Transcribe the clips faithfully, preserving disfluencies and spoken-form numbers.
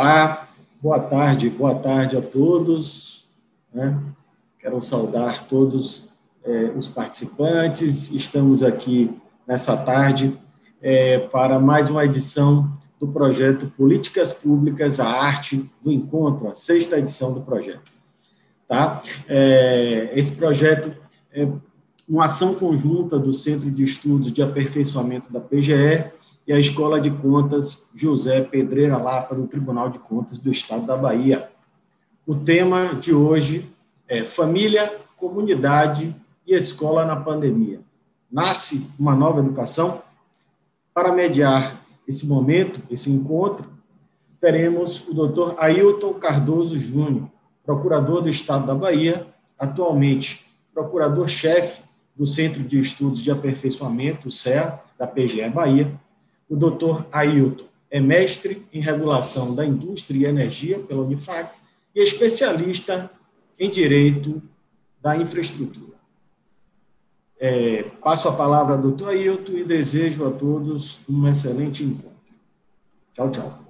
Olá, boa tarde, boa tarde a todos, né? Quero saudar todos eh, os participantes. Estamos aqui nessa tarde eh, para mais uma edição do projeto Políticas Públicas, a Arte do Encontro, a sexta edição do projeto. Tá? Eh, esse projeto é uma ação conjunta do Centro de Estudos de Aperfeiçoamento da P G E e a Escola de Contas José Pedreira Lapa, do Tribunal de Contas do Estado da Bahia. O tema de hoje é Família, Comunidade e Escola na Pandemia. Nasce uma nova educação? Para mediar esse momento, esse encontro, teremos o doutor Ailton Cardoso Júnior, procurador do Estado da Bahia, atualmente procurador-chefe do Centro de Estudos de Aperfeiçoamento, o C E A, da P G E Bahia. O doutor Ailton é mestre em regulação da indústria e energia pela Unifac e especialista em direito da infraestrutura. É, passo a palavra ao doutor Ailton e desejo a todos um excelente encontro. Tchau, tchau.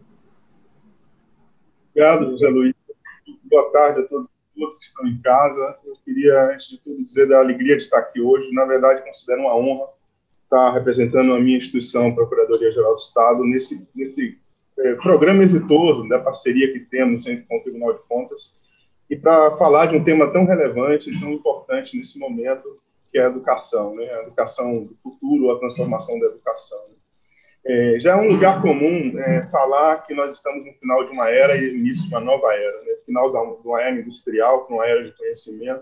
Obrigado, José Luiz. Boa tarde a todos, todos que estão em casa. Eu queria, antes de tudo, dizer da alegria de estar aqui hoje. Na verdade, considero uma honra estar representando a minha instituição, a Procuradoria-Geral do Estado, nesse, nesse é, programa exitoso da parceria que temos entre com o Tribunal de Contas, e para falar de um tema tão relevante e tão importante nesse momento, que é a educação, né? A educação do futuro, a transformação da educação. É, já é um lugar comum é, falar que nós estamos no final de uma era e início de uma nova era, né? Final da, de uma era industrial, para uma era de conhecimento,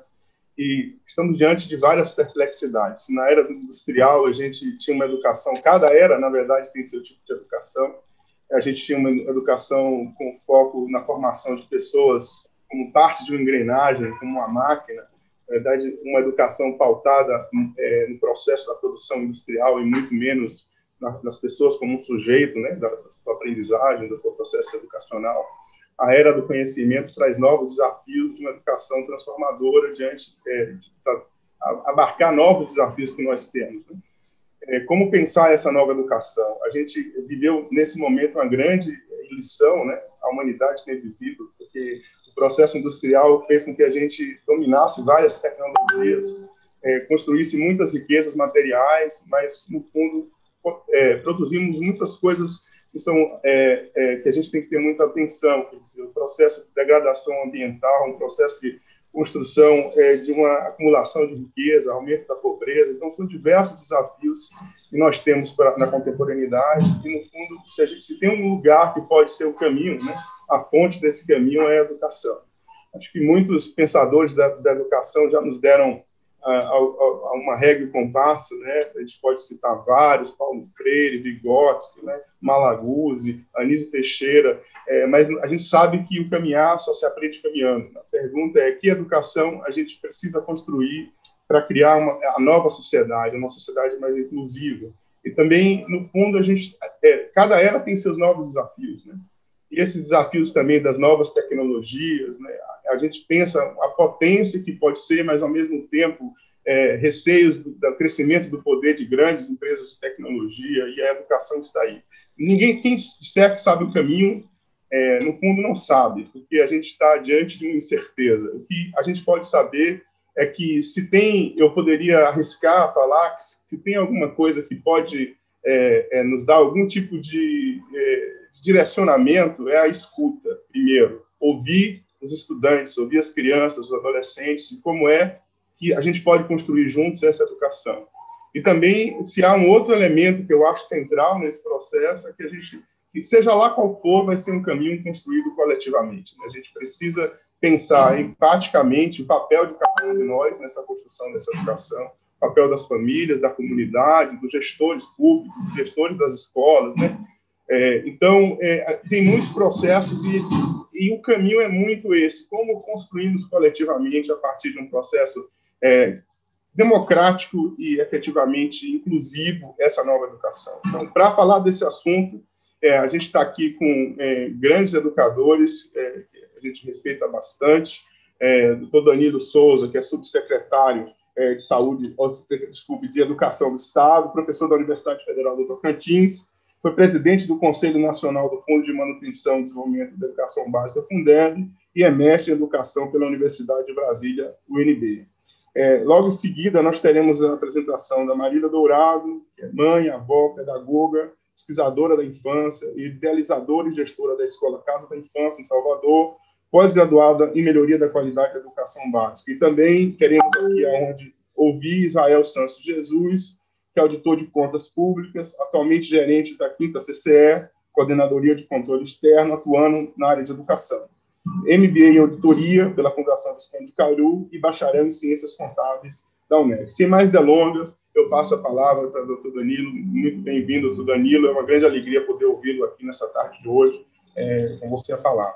e estamos diante de várias perplexidades. Na era industrial, a gente tinha uma educação, cada era, na verdade, tem seu tipo de educação. A gente tinha uma educação com foco na formação de pessoas como parte de uma engrenagem, como uma máquina. Na verdade, uma educação pautada é, no processo da produção industrial e muito menos na, nas pessoas como um sujeito, né, da, da sua aprendizagem, do seu processo educacional. A era do conhecimento traz novos desafios de uma educação transformadora diante é, para abarcar novos desafios que nós temos, né? É, como pensar essa nova educação? A gente viveu nesse momento uma grande lição, né? A humanidade tem vivido, porque o processo industrial fez com que a gente dominasse várias tecnologias, é, construísse muitas riquezas materiais, mas no fundo é, produzimos muitas coisas que são é, é, que a gente tem que ter muita atenção, quer dizer, o processo de degradação ambiental, um processo de construção é, de uma acumulação de riqueza, aumento da pobreza. Então, são diversos desafios que nós temos pra, na contemporaneidade e, no fundo, se, a gente, se tem um lugar que pode ser o caminho, né, a fonte desse caminho é a educação. Acho que muitos pensadores da, da educação já nos deram a, a, a uma regra e compasso, né? A gente pode citar vários, Paulo Freire, Vygotsky, né? Malaguzzi, Anísio Teixeira, é, mas a gente sabe que o caminhar só se aprende caminhando. A pergunta é que educação a gente precisa construir para criar uma, a nova sociedade, uma sociedade mais inclusiva. E também, no fundo, a gente, é, cada era tem seus novos desafios, né? E esses desafios também das novas tecnologias, né? A gente pensa a potência que pode ser, mas, ao mesmo tempo, é, receios do, do crescimento do poder de grandes empresas de tecnologia, e a educação está aí. Ninguém, quem disser que sabe o caminho, é, no fundo, não sabe, porque a gente está diante de uma incerteza. O que a gente pode saber é que, se tem, eu poderia arriscar falar que se tem alguma coisa que pode é, é, nos dar algum tipo de, é, de direcionamento, é a escuta, primeiro. Ouvir os estudantes, ouvir as crianças, os adolescentes, e como é que a gente pode construir juntos essa educação. E também, se há um outro elemento que eu acho central nesse processo, é que a gente, que seja lá qual for, vai ser um caminho construído coletivamente, né? A gente precisa pensar empaticamente o papel de cada um de nós nessa construção dessa educação, o papel das famílias, da comunidade, dos gestores públicos, dos gestores das escolas, né? É, então, é, tem muitos processos e, e o caminho é muito esse, como construímos coletivamente a partir de um processo é, democrático e efetivamente inclusivo essa nova educação. Então, para falar desse assunto, é, a gente está aqui com é, grandes educadores, é, que a gente respeita bastante, é, doutor Danilo Souza, que é subsecretário é, de Saúde, desculpe, de Educação do Estado, professor da Universidade Federal do Tocantins, Foi presidente do Conselho Nacional do Fundo de Manutenção e Desenvolvimento da Educação Básica, Fundeb, e é mestre em Educação pela Universidade de Brasília, U N B. É, logo em seguida, nós teremos a apresentação da Marília Dourado, que é mãe, avó, pedagoga, pesquisadora da infância, idealizadora e gestora da Escola Casa da Infância, em Salvador, pós-graduada em Melhoria da Qualidade da Educação Básica. E também teremos aqui a honra de ouvir Israel Santos Jesus, que é auditor de contas públicas, atualmente gerente da quinta C C E, Coordenadoria de Controle Externo, atuando na área de educação. M B A em Auditoria, pela Fundação Visconde de Cauru, e bacharel em Ciências Contábeis da U N E B. Sem mais delongas, eu passo a palavra para o doutor Danilo. Muito bem-vindo, doutor Danilo. É uma grande alegria poder ouvi-lo aqui nessa tarde de hoje. É, com você a palavra.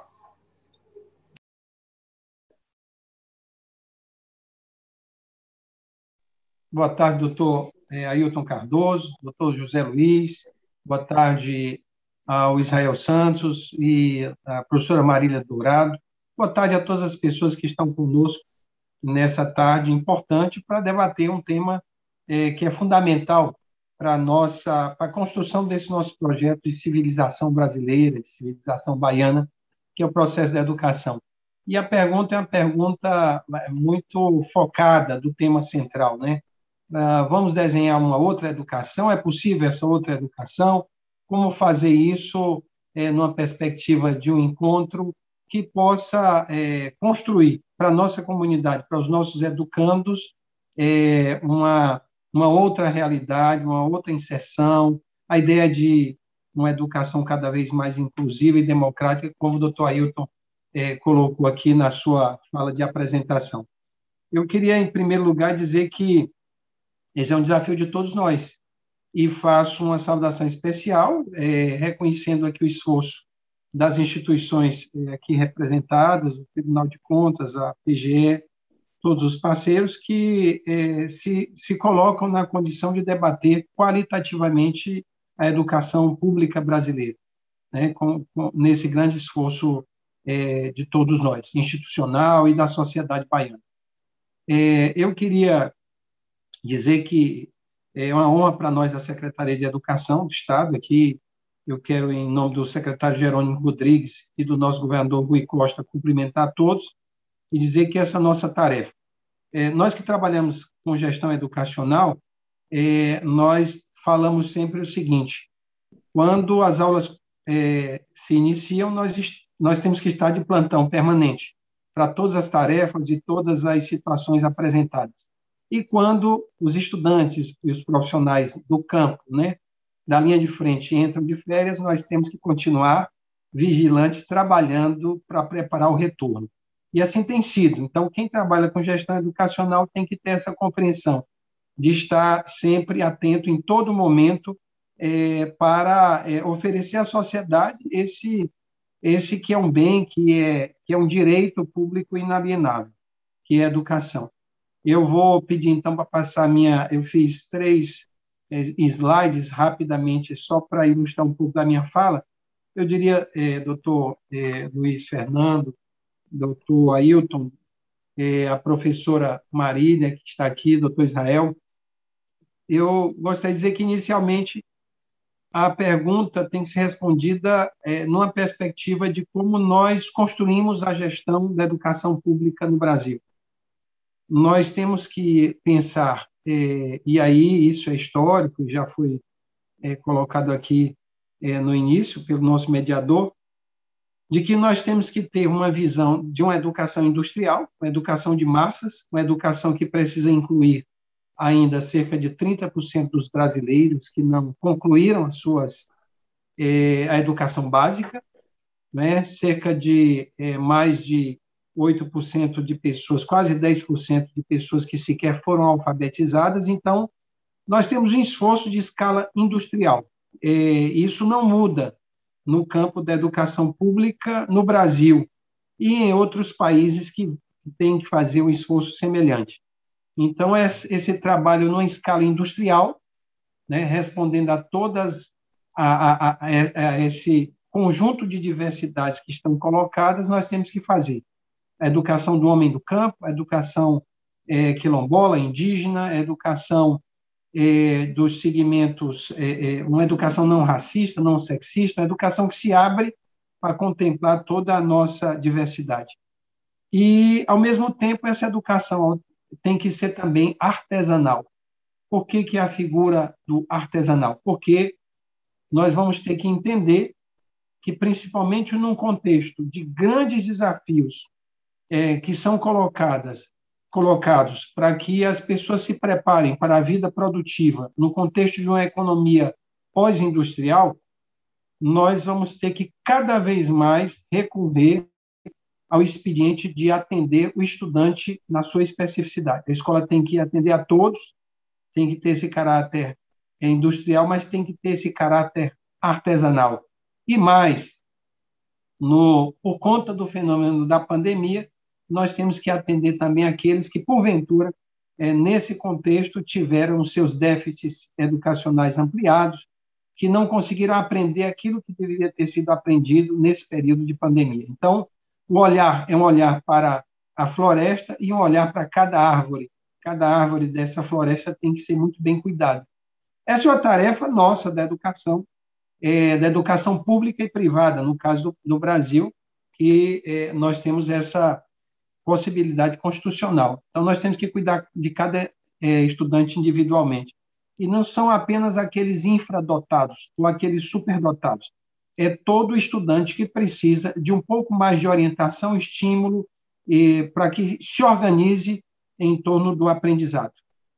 Boa tarde, doutor Ailton Cardoso, doutor José Luiz, boa tarde ao Israel Santos e à professora Marília Dourado. Boa tarde a todas as pessoas que estão conosco nessa tarde importante para debater um tema é, que é fundamental para a nossa, para a construção desse nosso projeto de civilização brasileira, de civilização baiana, que é o processo da educação. E a pergunta é uma pergunta muito focada do tema central, né? Uh, vamos desenhar uma outra educação? É possível essa outra educação? Como fazer isso é, numa perspectiva de um encontro que possa é, construir para a nossa comunidade, para os nossos educandos, é, uma, uma outra realidade, uma outra inserção, a ideia de uma educação cada vez mais inclusiva e democrática, como o doutor Ailton é, colocou aqui na sua fala de apresentação. Eu queria, em primeiro lugar, dizer que esse é um desafio de todos nós. E faço uma saudação especial, é, reconhecendo aqui o esforço das instituições é, aqui representadas, o Tribunal de Contas, a P G E, todos os parceiros que é, se, se colocam na condição de debater qualitativamente a educação pública brasileira, né, com, com, nesse grande esforço é, de todos nós, institucional e da sociedade baiana. É, eu queria dizer que é uma honra para nós da Secretaria de Educação do Estado. Aqui eu quero, em nome do secretário Jerônimo Rodrigues e do nosso governador Rui Costa, cumprimentar a todos e dizer que essa nossa tarefa, é, nós que trabalhamos com gestão educacional, é, nós falamos sempre o seguinte: quando as aulas é, se iniciam, nós, nós temos que estar de plantão permanente para todas as tarefas e todas as situações apresentadas. E quando os estudantes e os profissionais do campo, né, da linha de frente, entram de férias, nós temos que continuar vigilantes, trabalhando para preparar o retorno. E assim tem sido. Então, quem trabalha com gestão educacional tem que ter essa compreensão de estar sempre atento, em todo momento, é, para é, oferecer à sociedade esse, esse que é um bem, que é, que é um direito público inalienável, que é a educação. Eu vou pedir, então, para passar a minha... Eu fiz três é, slides rapidamente, só para ilustrar um pouco da minha fala. Eu diria, é, doutor é, Luiz Fernando, doutor Ailton, é, a professora Marília, que está aqui, doutor Israel, eu gostaria de dizer que, inicialmente, a pergunta tem que ser respondida é, numa perspectiva de como nós construímos a gestão da educação pública no Brasil. Nós temos que pensar, é, e aí isso é histórico, já foi é, colocado aqui é, no início pelo nosso mediador, de que nós temos que ter uma visão de uma educação industrial, uma educação de massas, uma educação que precisa incluir ainda cerca de trinta por cento dos brasileiros que não concluíram as suas, é, a educação básica, né? Cerca de é, mais de oito por cento de pessoas, quase dez por cento de pessoas que sequer foram alfabetizadas. Então, nós temos um esforço de escala industrial. É, isso não muda no campo da educação pública no Brasil e em outros países que têm que fazer um esforço semelhante. Então, esse trabalho numa escala industrial, né, respondendo a todas a, a, a, a esse conjunto de diversidades que estão colocadas, nós temos que fazer a educação do homem do campo, a educação é, quilombola, indígena, a educação é, dos segmentos, é, é, uma educação não racista, não sexista, uma educação que se abre para contemplar toda a nossa diversidade. E, ao mesmo tempo, essa educação tem que ser também artesanal. Por que, que a figura do artesanal? Porque nós vamos ter que entender que, principalmente num contexto de grandes desafios é, que são colocadas, colocados para que as pessoas se preparem para a vida produtiva no contexto de uma economia pós-industrial, nós vamos ter que cada vez mais recorrer ao expediente de atender o estudante na sua especificidade. A escola tem que atender a todos, tem que ter esse caráter industrial, mas tem que ter esse caráter artesanal. E mais, no, por conta do fenômeno da pandemia, nós temos que atender também aqueles que, porventura, é, nesse contexto, tiveram seus déficits educacionais ampliados, que não conseguiram aprender aquilo que deveria ter sido aprendido nesse período de pandemia. Então, o olhar é um olhar para a floresta e um olhar para cada árvore. Cada árvore dessa floresta tem que ser muito bem cuidada. Essa é uma tarefa nossa da educação, é, da educação pública e privada, no caso do, do Brasil, que é, nós temos essa possibilidade constitucional. Então, nós temos que cuidar de cada é, estudante individualmente. E não são apenas aqueles infradotados ou aqueles superdotados. É todo estudante que precisa de um pouco mais de orientação, estímulo, e, para que se organize em torno do aprendizado.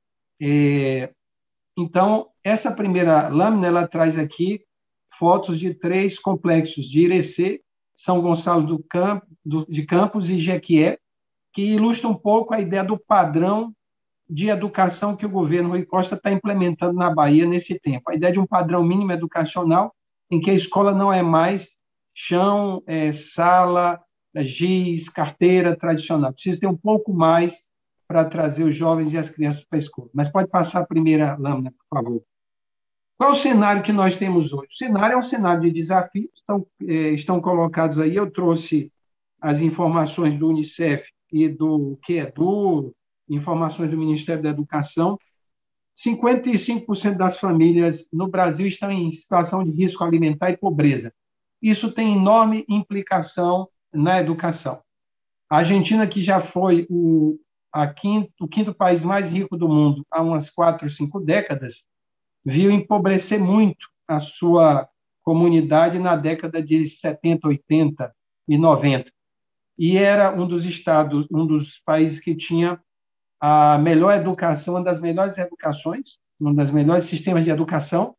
É, então, essa primeira lâmina, ela traz aqui fotos de três complexos de Irecê, São Gonçalo do Campo, do, de Campos e Jequié, que ilustra um pouco a ideia do padrão de educação que o governo Rui Costa está implementando na Bahia nesse tempo. A ideia de um padrão mínimo educacional em que a escola não é mais chão, é, sala, giz, carteira tradicional. Precisa ter um pouco mais para trazer os jovens e as crianças para a escola. Mas pode passar a primeira lâmina, por favor. Qual é o cenário que nós temos hoje? O cenário é um cenário de desafios, estão, é, estão colocados aí, eu trouxe as informações do Unicef e do QEDU, informações do Ministério da Educação. cinquenta e cinco por cento das famílias no Brasil estão em situação de risco alimentar e pobreza. Isso tem enorme implicação na educação. A Argentina, que já foi o, a quinto, o quinto país mais rico do mundo há umas quatro, cinco décadas, viu empobrecer muito a sua comunidade na década de setenta, oitenta e noventa. E era um dos estados, um dos países que tinha a melhor educação, uma das melhores educações, um dos melhores sistemas de educação,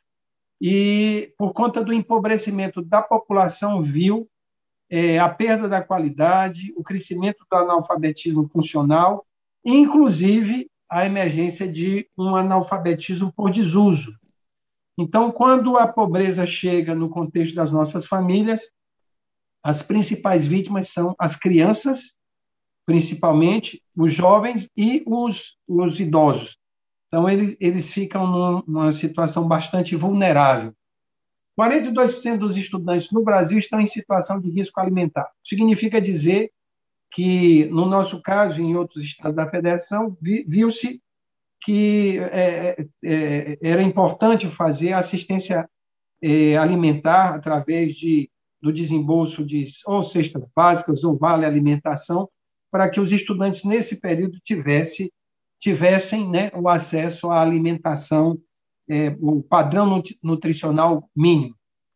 e, por conta do empobrecimento da população, viu é, a perda da qualidade, o crescimento do analfabetismo funcional, inclusive a emergência de um analfabetismo por desuso. Então, quando a pobreza chega no contexto das nossas famílias, as principais vítimas são as crianças, principalmente os jovens e os, os idosos. Então, eles, eles ficam num, numa situação bastante vulnerável. quarenta e dois por cento dos estudantes no Brasil estão em situação de risco alimentar. Significa dizer que, no nosso caso, em outros estados da federação, vi, viu-se que é, é, era importante fazer assistência é, alimentar através de, do desembolso de ou cestas básicas ou vale alimentação, para que os estudantes, nesse período, tivesse, tivessem né, o acesso à alimentação, é, o padrão nutricional mínimo.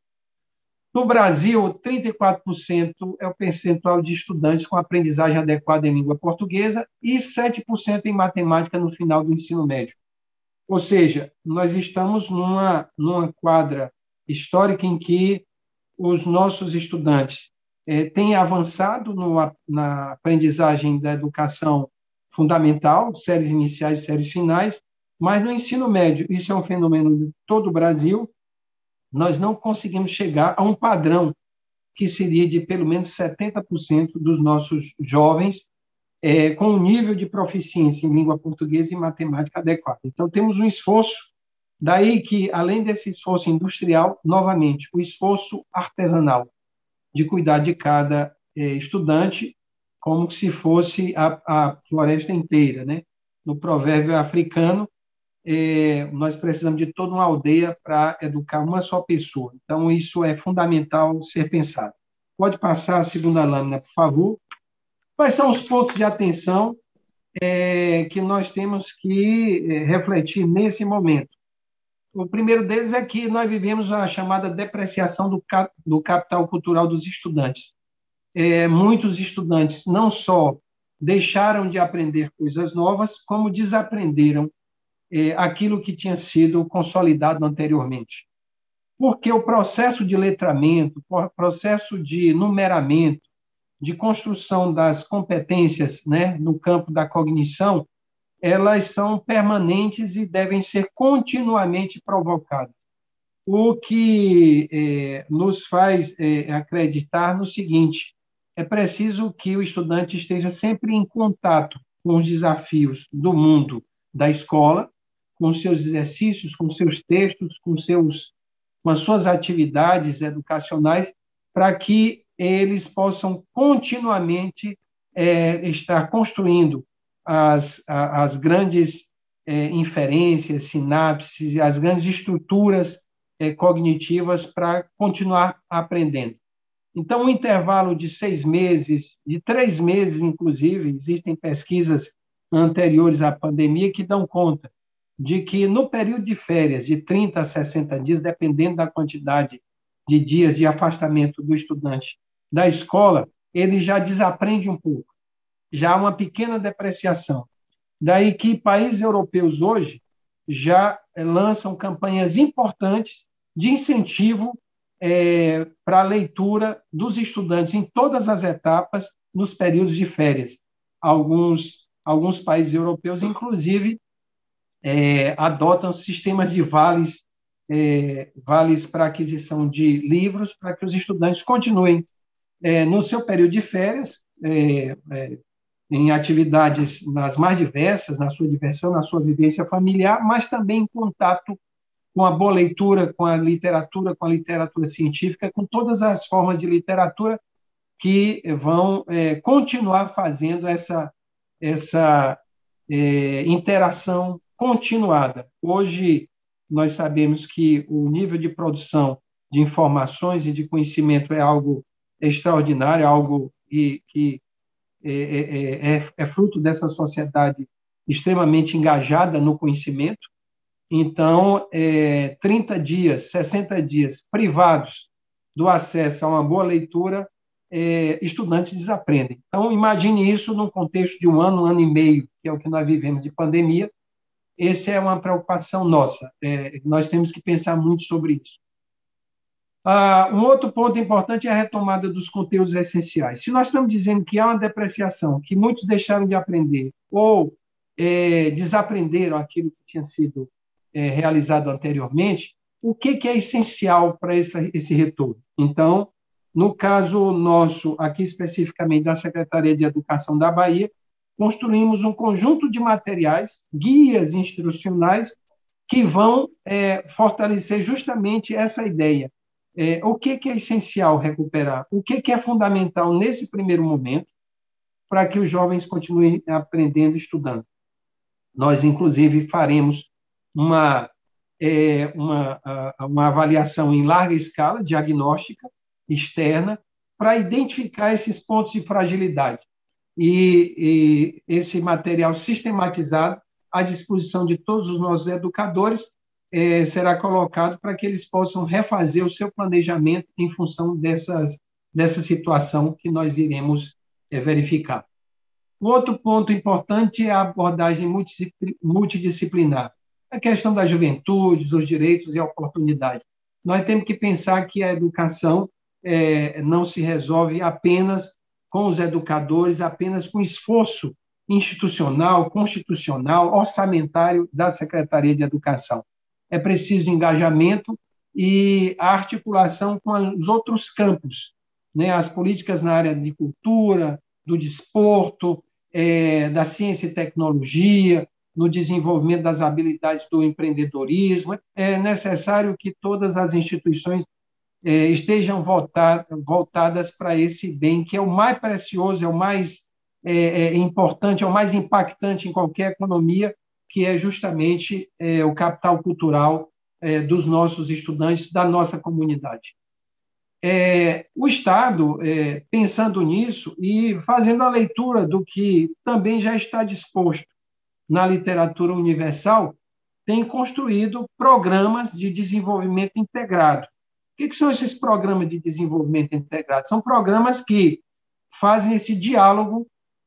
No Brasil, trinta e quatro por cento é o percentual de estudantes com aprendizagem adequada em língua portuguesa e sete por cento em matemática no final do ensino médio. Ou seja, nós estamos numa, numa quadra histórica em que os nossos estudantes É, tem avançado no, na aprendizagem da educação fundamental, séries iniciais e séries finais, mas no ensino médio, isso é um fenômeno de todo o Brasil, nós não conseguimos chegar a um padrão que seria de pelo menos setenta por cento dos nossos jovens é, com um nível de proficiência em língua portuguesa e matemática adequado. Então, temos um esforço, daí que, além desse esforço industrial, novamente, o esforço artesanal, de cuidar de cada eh, estudante como se fosse a, a floresta inteira, né? No provérbio africano, é, nós precisamos de toda uma aldeia para educar uma só pessoa. Então, isso é fundamental ser pensado. Pode passar a segunda lâmina, por favor. Quais são os pontos de atenção é, que nós temos que é, refletir nesse momento? O primeiro deles é que nós vivemos a chamada depreciação do, cap, do capital cultural dos estudantes. É, muitos estudantes não só deixaram de aprender coisas novas, como desaprenderam é, aquilo que tinha sido consolidado anteriormente. Porque o processo de letramento, o processo de numeramento, de construção das competências, né, no campo da cognição, elas são permanentes e devem ser continuamente provocadas. O que é, nos faz é, acreditar no seguinte: é preciso que o estudante esteja sempre em contato com os desafios do mundo da escola, com seus exercícios, com seus textos, com, seus, com as suas atividades educacionais, para que eles possam continuamente é, estar construindo as, as grandes é, inferências, sinapses, as grandes estruturas é, cognitivas para continuar aprendendo. Então, um intervalo de seis meses, de três meses, inclusive, existem pesquisas anteriores à pandemia que dão conta de que no período de férias, de trinta a sessenta dias, dependendo da quantidade de dias de afastamento do estudante da escola, ele já desaprende um pouco, já há uma pequena depreciação. Daí que países europeus hoje já lançam campanhas importantes de incentivo é, para a leitura dos estudantes em todas as etapas nos períodos de férias. Alguns, alguns países europeus, inclusive, é, adotam sistemas de vales, é, vales para aquisição de livros, para que os estudantes continuem é, no seu período de férias, é, é, em atividades nas mais diversas, na sua diversão, na sua vivência familiar, mas também em contato com a boa leitura, com a literatura, com a literatura científica, com todas as formas de literatura que vão é, continuar fazendo essa, essa é, interação continuada. Hoje, nós sabemos que o nível de produção de informações e de conhecimento é algo extraordinário, algo que, que é, é, é fruto dessa sociedade extremamente engajada no conhecimento. Então, é, trinta dias, sessenta dias privados do acesso a uma boa leitura, é, estudantes desaprendem. Então, imagine isso num contexto de um ano, um ano e meio, que é o que nós vivemos de pandemia. Essa é uma preocupação nossa. É, nós temos que pensar muito sobre isso. Ah, um outro ponto importante é a retomada dos conteúdos essenciais. Se nós estamos dizendo que há uma depreciação, que muitos deixaram de aprender ou é, desaprenderam aquilo que tinha sido é, realizado anteriormente, o que, que é essencial para esse, esse retorno? Então, no caso nosso, aqui especificamente da Secretaria de Educação da Bahia, construímos um conjunto de materiais, guias instrucionais, que vão é, fortalecer justamente essa ideia. É, o que, que é essencial recuperar? O que, que é fundamental nesse primeiro momento para que os jovens continuem aprendendo e estudando? Nós, inclusive, faremos uma, é, uma, uma avaliação em larga escala, diagnóstica, externa, para identificar esses pontos de fragilidade. E, e esse material sistematizado à disposição de todos os nossos educadores é, será colocado para que eles possam refazer o seu planejamento em função dessas, dessa situação que nós iremos é, verificar. O outro ponto importante é a abordagem multidisciplinar, a questão da juventude, os direitos e a oportunidade. Nós temos que pensar que a educação é, não se resolve apenas com os educadores, apenas com esforço institucional, constitucional, orçamentário da Secretaria de Educação. É preciso engajamento e a articulação com os outros campos, né? As políticas na área de cultura, do desporto, é, da ciência e tecnologia, no desenvolvimento das habilidades do empreendedorismo. É necessário que todas as instituições é, estejam voltar, voltadas para esse bem, que é o mais precioso, é o mais é, é, importante, é o mais impactante em qualquer economia, que é justamente é, o capital cultural é, dos nossos estudantes, da nossa comunidade. É, o Estado, é, pensando nisso e fazendo a leitura do que também já está disposto na literatura universal, tem construído programas de desenvolvimento integrado. O que, que são esses programas de desenvolvimento integrado? São programas que fazem esse diálogo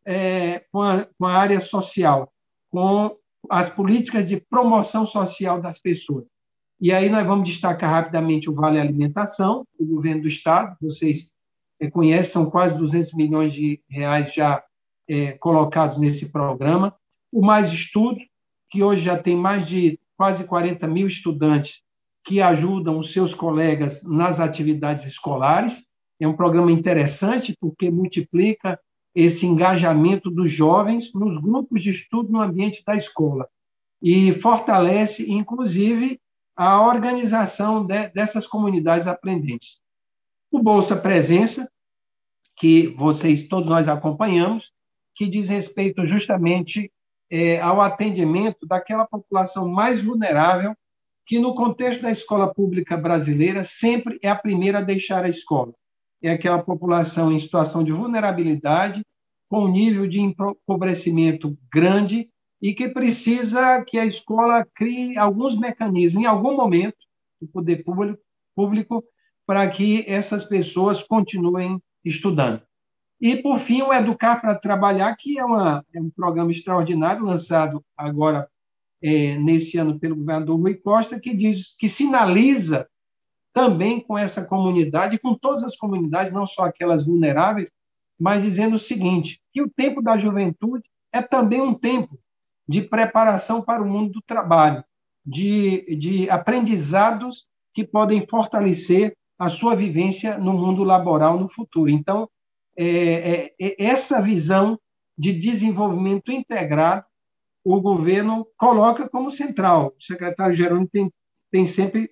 é, com, a, com a área social, com as políticas de promoção social das pessoas. E aí nós vamos destacar rapidamente o Vale Alimentação, o governo do Estado, vocês é, conhecem, são quase duzentos milhões de reais já é, colocados nesse programa. O Mais Estudo, que hoje já tem mais de quase quarenta mil estudantes que ajudam os seus colegas nas atividades escolares. É um programa interessante porque multiplica esse engajamento dos jovens nos grupos de estudo no ambiente da escola e fortalece, inclusive, a organização de, dessas comunidades aprendentes. O Bolsa Presença, que vocês, todos nós acompanhamos, que diz respeito justamente é, ao atendimento daquela população mais vulnerável, que no contexto da escola pública brasileira sempre é a primeira a deixar a escola. É aquela população em situação de vulnerabilidade, com um nível de empobrecimento grande e que precisa que a escola crie alguns mecanismos, em algum momento, do poder público, público para que essas pessoas continuem estudando. E, por fim, o Educar para Trabalhar, que é, uma, é um programa extraordinário, lançado agora, é, nesse ano, pelo governador Rui Costa, que diz que sinaliza também com essa comunidade, com todas as comunidades, não só aquelas vulneráveis, mas dizendo o seguinte, que o tempo da juventude é também um tempo de preparação para o mundo do trabalho, de, de aprendizados que podem fortalecer a sua vivência no mundo laboral no futuro. Então, é, é, essa visão de desenvolvimento integrado, o governo coloca como central. O secretário Jerônimo tem, tem sempre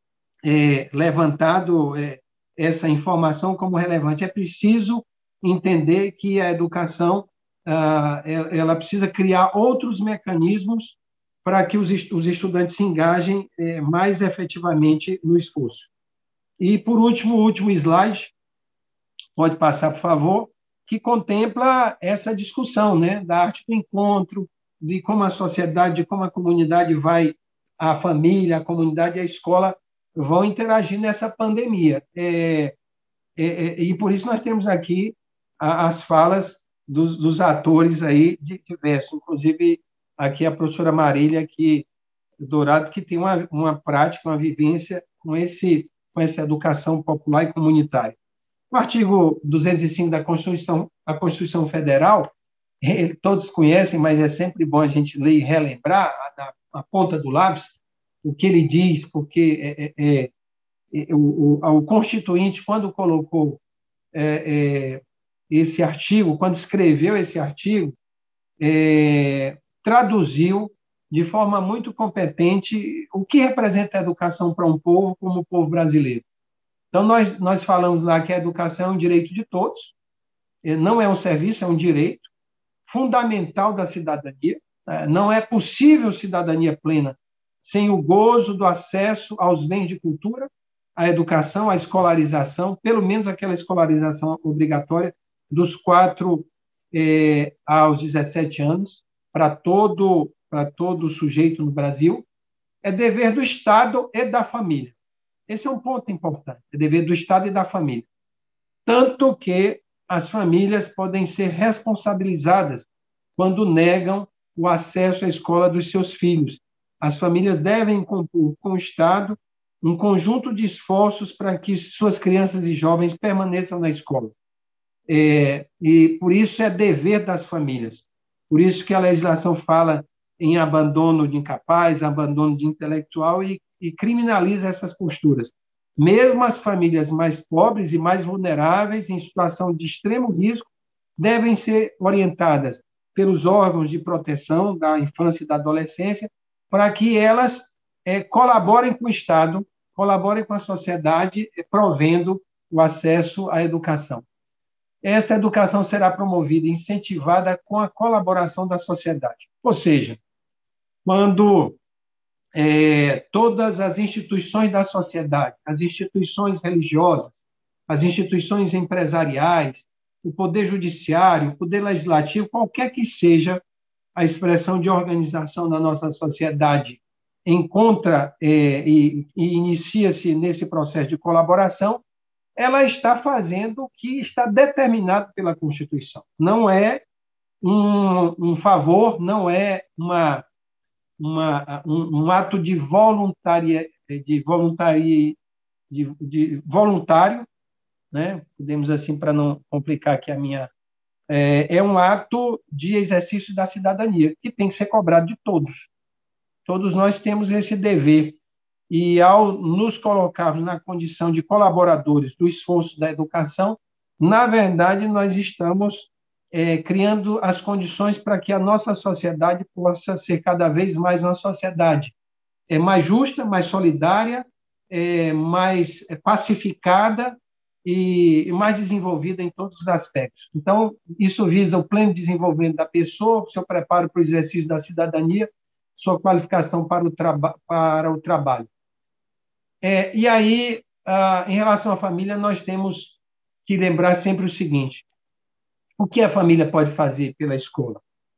é, levantado é, essa informação como relevante. É preciso entender que a educação ah, ela precisa criar outros mecanismos para que os estudantes se engajem é, mais efetivamente no esforço. E, por último, o último slide, pode passar, por favor, que contempla essa discussão, né, da arte do encontro, de como a sociedade, de como a comunidade vai, a família, a comunidade e a escola vão interagir nessa pandemia. É, é, é, e, por isso, nós temos aqui as falas dos, dos atores aí diversos, inclusive aqui a professora Marília que, Dourado, que tem uma, uma prática, uma vivência com, esse, com essa educação popular e comunitária. O artigo duzentos e cinco da Constituição, a Constituição Federal, todos conhecem, mas é sempre bom a gente ler e relembrar, a, a ponta do lápis, o que ele diz, porque é, é, é, o, o, o Constituinte, quando colocou é, é, esse artigo, quando escreveu esse artigo, é, traduziu de forma muito competente o que representa a educação para um povo como o povo brasileiro. Então, nós, nós falamos lá que a educação é um direito de todos, não é um serviço, é um direito fundamental da cidadania. Não é possível cidadania plena sem o gozo do acesso aos bens de cultura, à educação, à escolarização, pelo menos aquela escolarização obrigatória dos quatro eh, aos dezessete anos, para todo, para todo sujeito no Brasil. É dever do Estado e da família. Esse é um ponto importante, é dever do Estado e da família. Tanto que as famílias podem ser responsabilizadas quando negam o acesso à escola dos seus filhos. As famílias devem compor com o Estado um conjunto de esforços para que suas crianças e jovens permaneçam na escola. É, e por isso é dever das famílias. Por isso que a legislação fala em abandono de incapaz, abandono de intelectual e, e criminaliza essas posturas. Mesmo as famílias mais pobres e mais vulneráveis, em situação de extremo risco, devem ser orientadas pelos órgãos de proteção da infância e da adolescência para que elas é, colaborem com o Estado, colaborem com a sociedade, provendo o acesso à educação. Essa educação será promovida e incentivada com a colaboração da sociedade. Ou seja, quando é, todas as instituições da sociedade, as instituições religiosas, as instituições empresariais, o poder judiciário, o poder legislativo, qualquer que seja a expressão de organização da nossa sociedade, encontra é, e, e inicia-se nesse processo de colaboração, ela está fazendo o que está determinado pela Constituição. Não é um, um favor, não é uma, uma, um, um ato de, voluntaria, de, voluntari, de, de voluntário, né? Podemos assim, para não complicar aqui a minha... É, é um ato de exercício da cidadania, que tem que ser cobrado de todos. Todos nós temos esse dever. E, ao nos colocarmos na condição de colaboradores do esforço da educação, na verdade, nós estamos é, criando as condições para que a nossa sociedade possa ser cada vez mais uma sociedade é, mais justa, mais solidária, é, mais pacificada e mais desenvolvida em todos os aspectos. Então, isso visa o pleno desenvolvimento da pessoa, seu preparo para o exercício da cidadania, sua qualificação para o, traba para o trabalho. É, e aí, ah, em relação à família, nós temos que lembrar sempre o seguinte: o que a família pode fazer pela escola?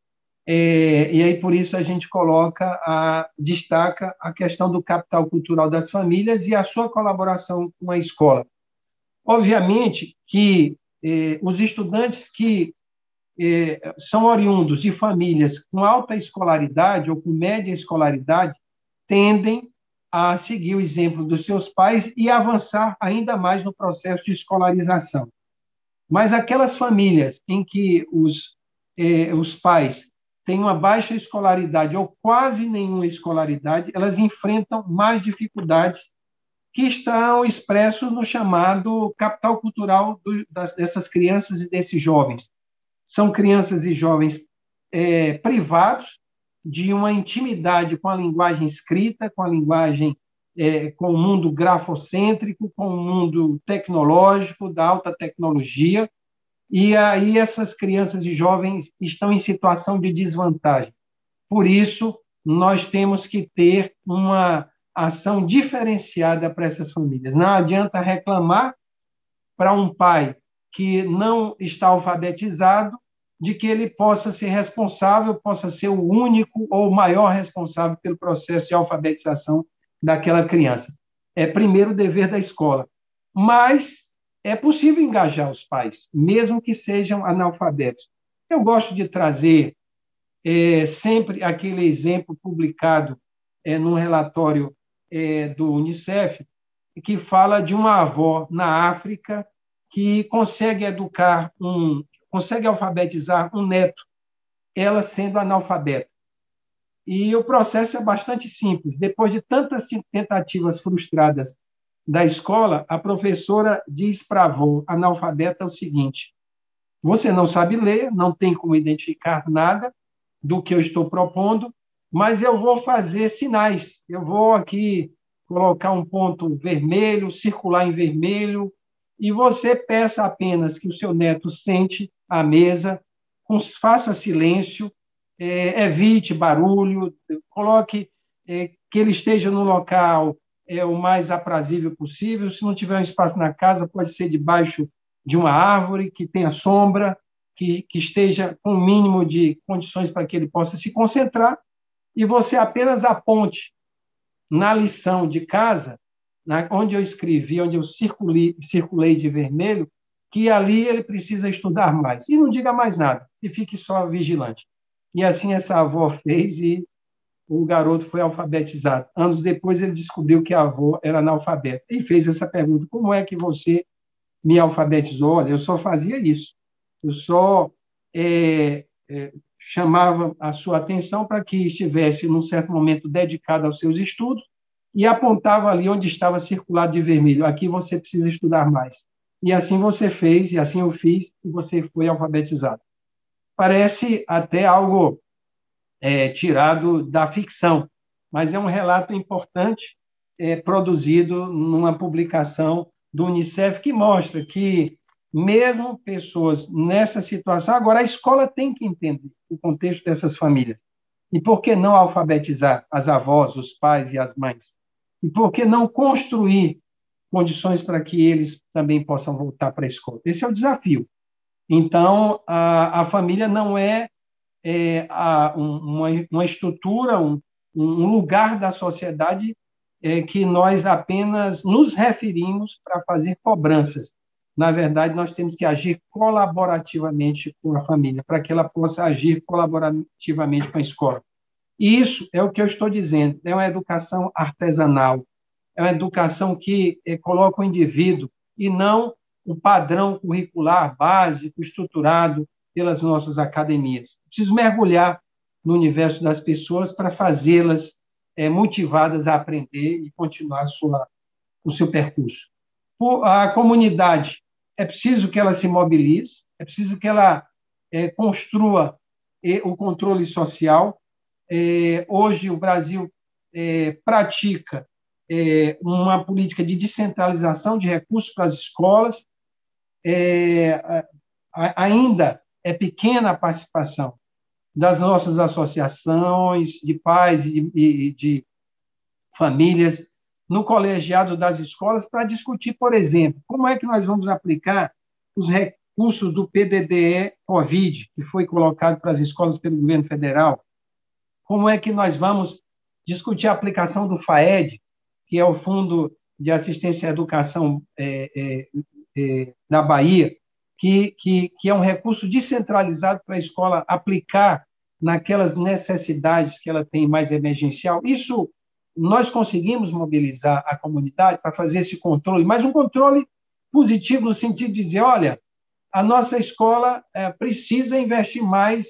É, e aí, por isso, a gente coloca, a, destaca a questão do capital cultural das famílias e a sua colaboração com a escola. Obviamente que eh, os estudantes que eh, são oriundos de famílias com alta escolaridade ou com média escolaridade tendem a seguir o exemplo dos seus pais e avançar ainda mais no processo de escolarização. Mas aquelas famílias em que os, eh, os pais têm uma baixa escolaridade ou quase nenhuma escolaridade, elas enfrentam mais dificuldades que estão expressos no chamado capital cultural do, das, dessas crianças e desses jovens. São crianças e jovens é, privados de uma intimidade com a linguagem escrita, com a linguagem, é, com o mundo grafocêntrico, com o mundo tecnológico, da alta tecnologia, e aí essas crianças e jovens estão em situação de desvantagem. Por isso, nós temos que ter uma ação diferenciada para essas famílias. Não adianta reclamar para um pai que não está alfabetizado de que ele possa ser responsável, possa ser o único ou o maior responsável pelo processo de alfabetização daquela criança. É primeiro o dever da escola. Mas é possível engajar os pais, mesmo que sejam analfabetos. Eu gosto de trazer é, sempre aquele exemplo publicado é, num relatório é, do Unicef, que fala de uma avó na África que consegue educar um, consegue alfabetizar um neto, ela sendo analfabeta. E o processo é bastante simples. Depois de tantas tentativas frustradas da escola, a professora diz para a avó analfabeta o seguinte: você não sabe ler, não tem como identificar nada do que eu estou propondo, mas eu vou fazer sinais. Eu vou aqui colocar um ponto vermelho, circular em vermelho, e você peça apenas que o seu neto sente à mesa, faça silêncio, é, evite barulho, coloque é, que ele esteja no local é, o mais aprazível possível. Se não tiver um espaço na casa, pode ser debaixo de uma árvore que tenha sombra, que, que esteja com o mínimo de condições para que ele possa se concentrar, e você apenas aponte na lição de casa, na, onde eu escrevi, onde eu circulei, circulei de vermelho, que ali ele precisa estudar mais. E não diga mais nada, e fique só vigilante. E assim essa avó fez e o garoto foi alfabetizado. Anos depois ele descobriu que a avó era analfabeta e fez essa pergunta: como é que você me alfabetizou? Olha, eu só fazia isso. Eu só é, é, chamava a sua atenção para que estivesse, num certo momento, dedicado aos seus estudos e apontava ali onde estava circulado de vermelho: aqui você precisa estudar mais. E assim você fez, e assim eu fiz, e você foi alfabetizado. Parece até algo é, tirado da ficção, mas é um relato importante é, produzido numa publicação do Unicef que mostra que, mesmo pessoas nessa situação, agora a escola tem que entender o contexto dessas famílias. E por que não alfabetizar as avós, os pais e as mães? E por que não construir condições para que eles também possam voltar para a escola? Esse é o desafio. Então, a, a família não é, é a, um, uma, uma estrutura, um, um lugar da sociedade é, que nós apenas nos referimos para fazer cobranças. Na verdade, nós temos que agir colaborativamente com a família, para que ela possa agir colaborativamente com a escola. E isso é o que eu estou dizendo, é uma educação artesanal, é uma educação que é, coloca o indivíduo e não o padrão curricular básico, estruturado pelas nossas academias. Preciso mergulhar no universo das pessoas para fazê-las é, motivadas a aprender e continuar a sua, o seu percurso. A comunidade, é preciso que ela se mobilize, é preciso que ela é, construa é, o controle social. É, hoje, o Brasil é, pratica é, uma política de descentralização de recursos para as escolas. É, ainda é pequena a participação das nossas associações de pais e de, de famílias no colegiado das escolas para discutir, por exemplo, como é que nós vamos aplicar os recursos do P D D E-Covid, que foi colocado para as escolas pelo governo federal, como é que nós vamos discutir a aplicação do FAED, que é o Fundo de Assistência à Educação é, é, é, da Bahia, que, que, que é um recurso descentralizado para a escola aplicar naquelas necessidades que ela tem mais emergencial. Isso nós conseguimos mobilizar a comunidade para fazer esse controle, mas um controle positivo no sentido de dizer, olha, a nossa escola é, precisa investir mais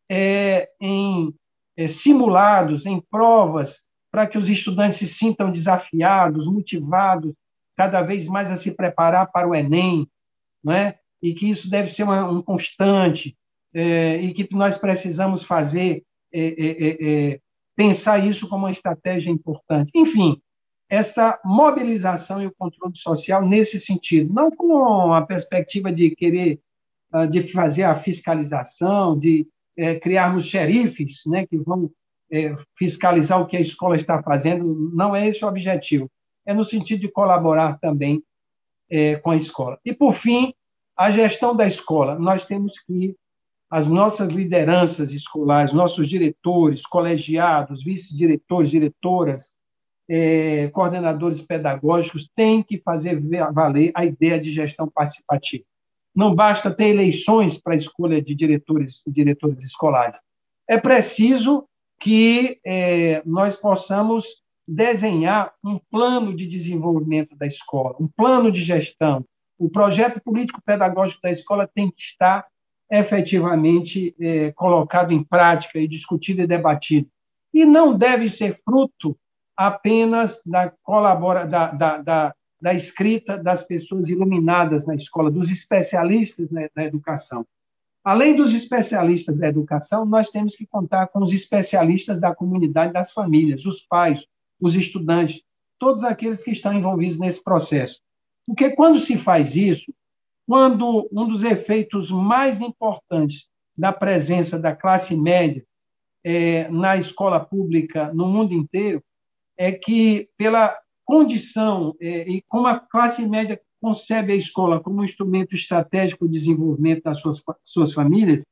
é, em é, simulados, em provas, para que os estudantes se sintam desafiados, motivados, cada vez mais a se preparar para o Enem, não é? E que isso deve ser uma, um constante, é, e que nós precisamos fazer, é, é, é, pensar isso como uma estratégia importante. Enfim, essa mobilização e o controle social nesse sentido, não com a perspectiva de querer, de fazer a fiscalização, de é, criarmos xerifes, né, que vão é, fiscalizar o que a escola está fazendo, não é esse o objetivo. É no sentido de colaborar também é, com a escola. E, por fim, a gestão da escola. Nós temos que, as nossas lideranças escolares, nossos diretores, colegiados, vice-diretores, diretoras, é, coordenadores pedagógicos, têm que fazer valer a ideia de gestão participativa. Não basta ter eleições para a escolha de diretores e diretores escolares. É preciso que é, nós possamos desenhar um plano de desenvolvimento da escola, um plano de gestão. O projeto político-pedagógico da escola tem que estar efetivamente é, colocado em prática e discutido e debatido. E não deve ser fruto apenas da, colabora, da, da, da, da escrita das pessoas iluminadas na escola, dos especialistas na, na educação. Além dos especialistas da educação, nós temos que contar com os especialistas da comunidade, das famílias, os pais, os estudantes, todos aqueles que estão envolvidos nesse processo. Porque quando se faz isso, quando um dos efeitos mais importantes da presença da classe média é, na escola pública no mundo inteiro é que, pela condição é, e como a classe média concebe a escola como um instrumento estratégico de desenvolvimento das suas, suas famílias,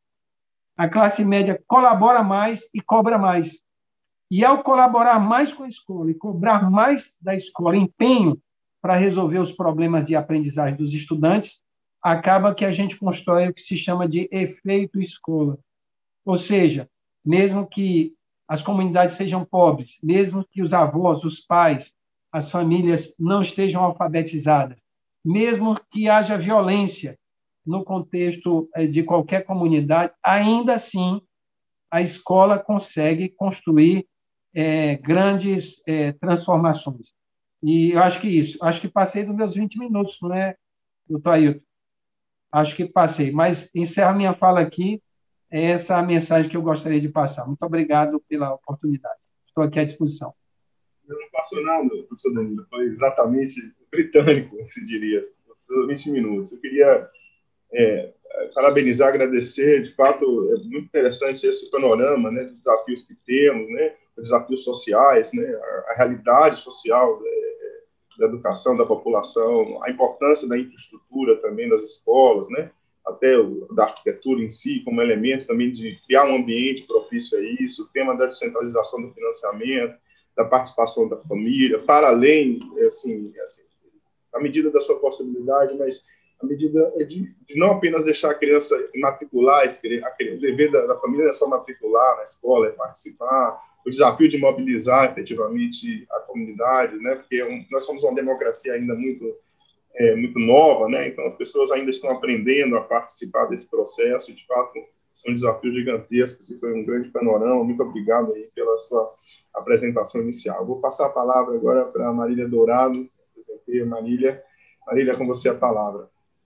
a classe média colabora mais e cobra mais. E, ao colaborar mais com a escola e cobrar mais da escola empenho para resolver os problemas de aprendizagem dos estudantes, acaba que a gente constrói o que se chama de efeito escola. Ou seja, mesmo que as comunidades sejam pobres, mesmo que os avós, os pais, as famílias não estejam alfabetizadas, mesmo que haja violência no contexto de qualquer comunidade, ainda assim a escola consegue construir é, grandes é, transformações. E eu acho que isso, acho que passei dos meus vinte minutos, não é, doutor Ailton? Acho que passei, mas encerro minha fala aqui, é essa a mensagem que eu gostaria de passar. Muito obrigado pela oportunidade. Estou aqui à disposição. Eu não passou nada, professor Danilo, foi exatamente britânico, se diria, vinte minutos. Eu queria é, parabenizar, agradecer, de fato, é muito interessante esse panorama, né, dos desafios que temos, né, os desafios sociais, né, a, a realidade social é, da educação da população, a importância da infraestrutura também das escolas, né, até o, da arquitetura em si, como elemento também de criar um ambiente propício a isso, o tema da descentralização do financiamento, da participação da família, para além, assim, assim à medida da sua possibilidade, mas a medida é de, de não apenas deixar a criança matricular, o dever da, da família não é só matricular na escola, é participar, o desafio de mobilizar efetivamente a comunidade, né, porque um, nós somos uma democracia ainda muito, é, muito nova, né, então as pessoas ainda estão aprendendo a participar desse processo, e de fato são desafios gigantescos, e foi um grande panorama. Muito obrigado aí pela sua apresentação inicial. Vou passar a palavra agora para a Marília Dourado. Apresentei a Marília. Marília, com você a palavra.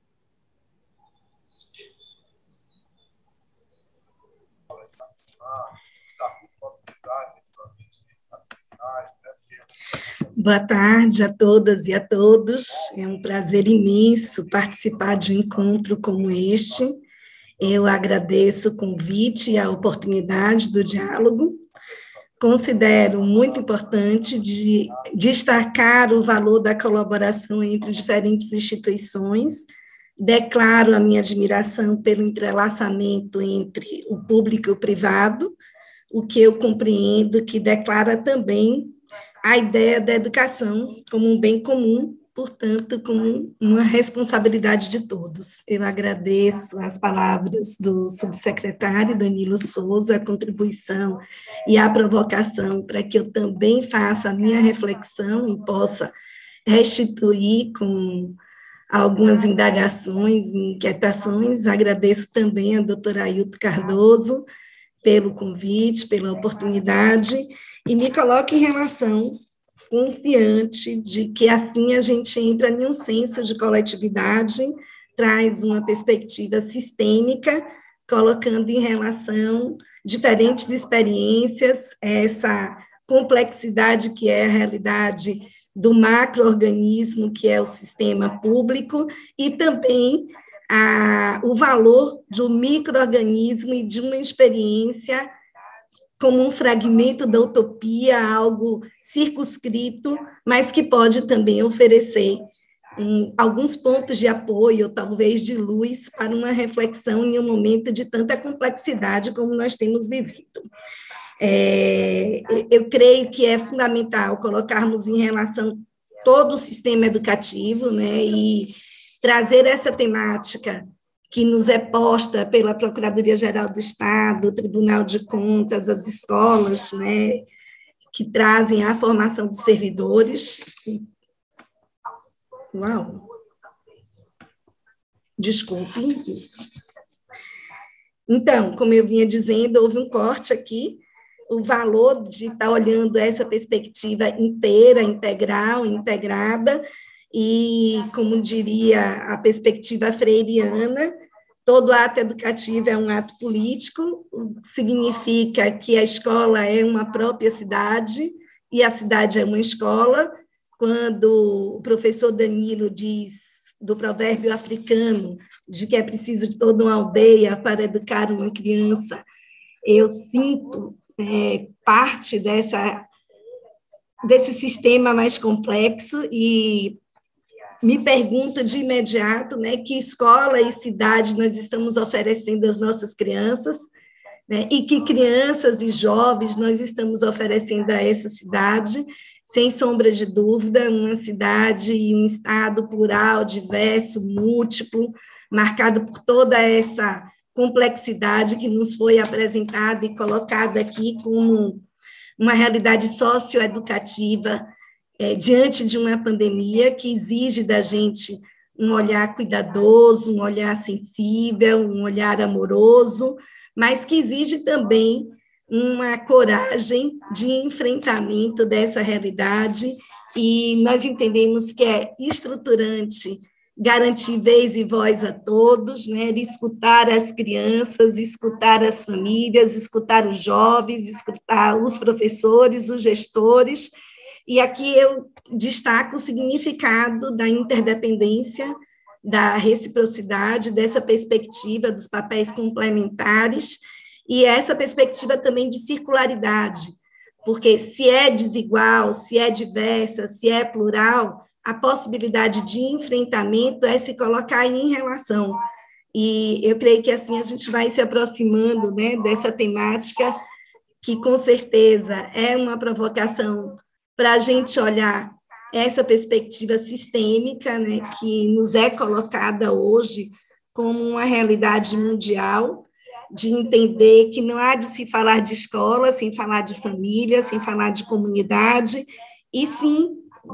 Boa tarde a todas e a todos. É um prazer imenso participar de um encontro como este. Eu agradeço o convite e a oportunidade do diálogo. Considero muito importante de destacar o valor da colaboração entre diferentes instituições. Declaro a minha admiração pelo entrelaçamento entre o público e o privado, o que eu compreendo que declara também a ideia da educação como um bem comum, portanto, como uma responsabilidade de todos. Eu agradeço as palavras do subsecretário Danilo Souza, a contribuição e a provocação para que eu também faça a minha reflexão e possa restituir com algumas indagações e inquietações. Agradeço também a doutora Ailton Cardoso pelo convite, pela oportunidade, e me coloco em relação confiante de que assim a gente entra em um senso de coletividade, traz uma perspectiva sistêmica, colocando em relação diferentes experiências, essa complexidade que é a realidade do macro-organismo, que é o sistema público, e também a, o valor do micro-organismo e de uma experiência como um fragmento da utopia, algo circunscrito, mas que pode também oferecer um, alguns pontos de apoio, talvez de luz, para uma reflexão em um momento de tanta complexidade como nós temos vivido. É, eu creio que é fundamental colocarmos em relação todo o sistema educativo, né, e trazer essa temática que nos é posta pela Procuradoria-Geral do Estado, o Tribunal de Contas, as escolas, né, que trazem a formação dos servidores. Uau! Desculpe. Então, como eu vinha dizendo, houve um corte aqui, o valor de estar olhando essa perspectiva inteira, integral, integrada, e, como diria a perspectiva freiriana, todo ato educativo é um ato político, significa que a escola é uma própria cidade, e a cidade é uma escola. Quando o professor Danilo diz do provérbio africano, de que é preciso de toda uma aldeia para educar uma criança, eu sinto é, parte dessa, desse sistema mais complexo, e me pergunto de imediato, né, que escola e cidade nós estamos oferecendo às nossas crianças, né, e que crianças e jovens nós estamos oferecendo a essa cidade. Sem sombra de dúvida, uma cidade e um estado plural, diverso, múltiplo, marcado por toda essa complexidade que nos foi apresentada e colocada aqui como uma realidade socioeducativa, É, diante de uma pandemia que exige da gente um olhar cuidadoso, um olhar sensível, um olhar amoroso, mas que exige também uma coragem de enfrentamento dessa realidade, e nós entendemos que é estruturante garantir vez e voz a todos, né? Escutar as crianças, escutar as famílias, escutar os jovens, escutar os professores, os gestores. E aqui eu destaco o significado da interdependência, da reciprocidade, dessa perspectiva dos papéis complementares e essa perspectiva também de circularidade, porque se é desigual, se é diversa, se é plural, a possibilidade de enfrentamento é se colocar em relação. E eu creio que assim a gente vai se aproximando, né, dessa temática, que com certeza é uma provocação para a gente olhar essa perspectiva sistêmica, né, que nos é colocada hoje como uma realidade mundial, de entender que não há de se falar de escola sem falar de família, sem falar de comunidade, e sim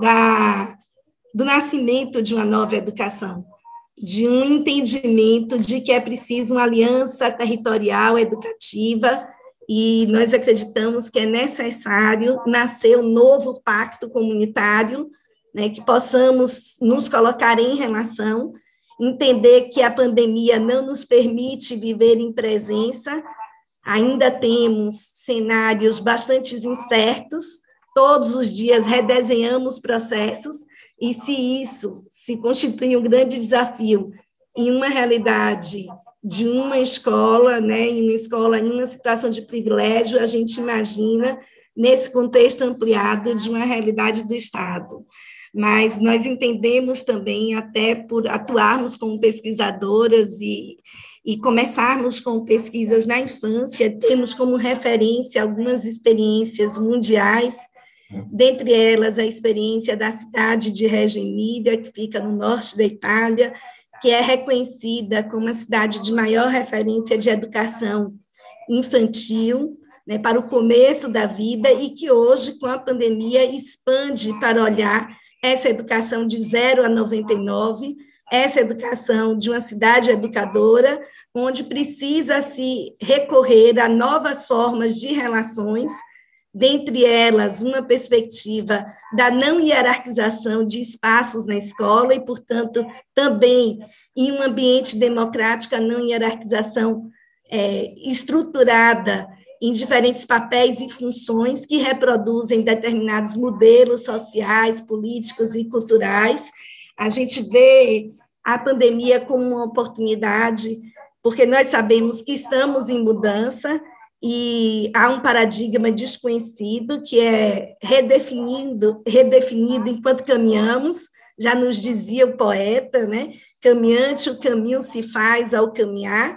da, do nascimento de uma nova educação, de um entendimento de que é preciso uma aliança territorial educativa, e nós acreditamos que é necessário nascer um novo pacto comunitário, né, que possamos nos colocar em relação, entender que a pandemia não nos permite viver em presença, ainda temos cenários bastante incertos, todos os dias redesenhamos processos, e se isso se constitui um grande desafio em uma realidade de uma escola, né, em uma escola em uma situação de privilégio, a gente imagina nesse contexto ampliado de uma realidade do Estado. Mas nós entendemos também, até por atuarmos como pesquisadoras e, e começarmos com pesquisas na infância, temos como referência algumas experiências mundiais, dentre elas a experiência da cidade de Reggio Emília, que fica no norte da Itália, que é reconhecida como a cidade de maior referência de educação infantil, né, para o começo da vida, e que hoje, com a pandemia, expande para olhar essa educação de zero a noventa e nove, essa educação de uma cidade educadora, onde precisa se recorrer a novas formas de relações, dentre elas uma perspectiva da não hierarquização de espaços na escola e, portanto, também em um ambiente democrático, a não hierarquização é, estruturada em diferentes papéis e funções que reproduzem determinados modelos sociais, políticos e culturais. A gente vê a pandemia como uma oportunidade, porque nós sabemos que estamos em mudança, e há um paradigma desconhecido que é redefinido, redefinido enquanto caminhamos, já nos dizia o poeta, né? Caminhante, o caminho se faz ao caminhar,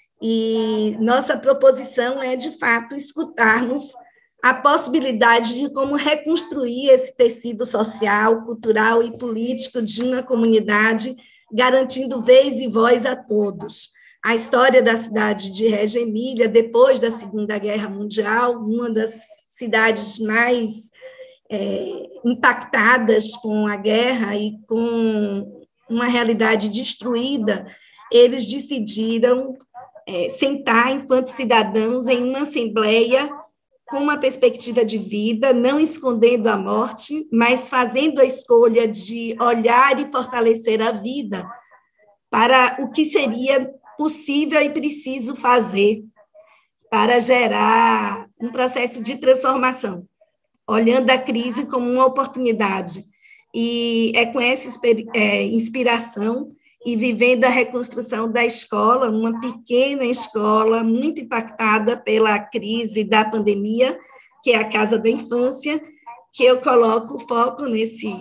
e nossa proposição é, de fato, escutarmos a possibilidade de como reconstruir esse tecido social, cultural e político de uma comunidade, garantindo vez e voz a todos. A história da cidade de Reggio Emília, depois da Segunda Guerra Mundial, uma das cidades mais é, impactadas com a guerra e com uma realidade destruída, eles decidiram é, sentar enquanto cidadãos em uma assembleia com uma perspectiva de vida, não escondendo a morte, mas fazendo a escolha de olhar e fortalecer a vida para o que seria possível e preciso fazer para gerar um processo de transformação, olhando a crise como uma oportunidade. E é com essa é, inspiração e vivendo a reconstrução da escola, uma pequena escola muito impactada pela crise da pandemia, que é a Casa da Infância, que eu coloco o foco nesse,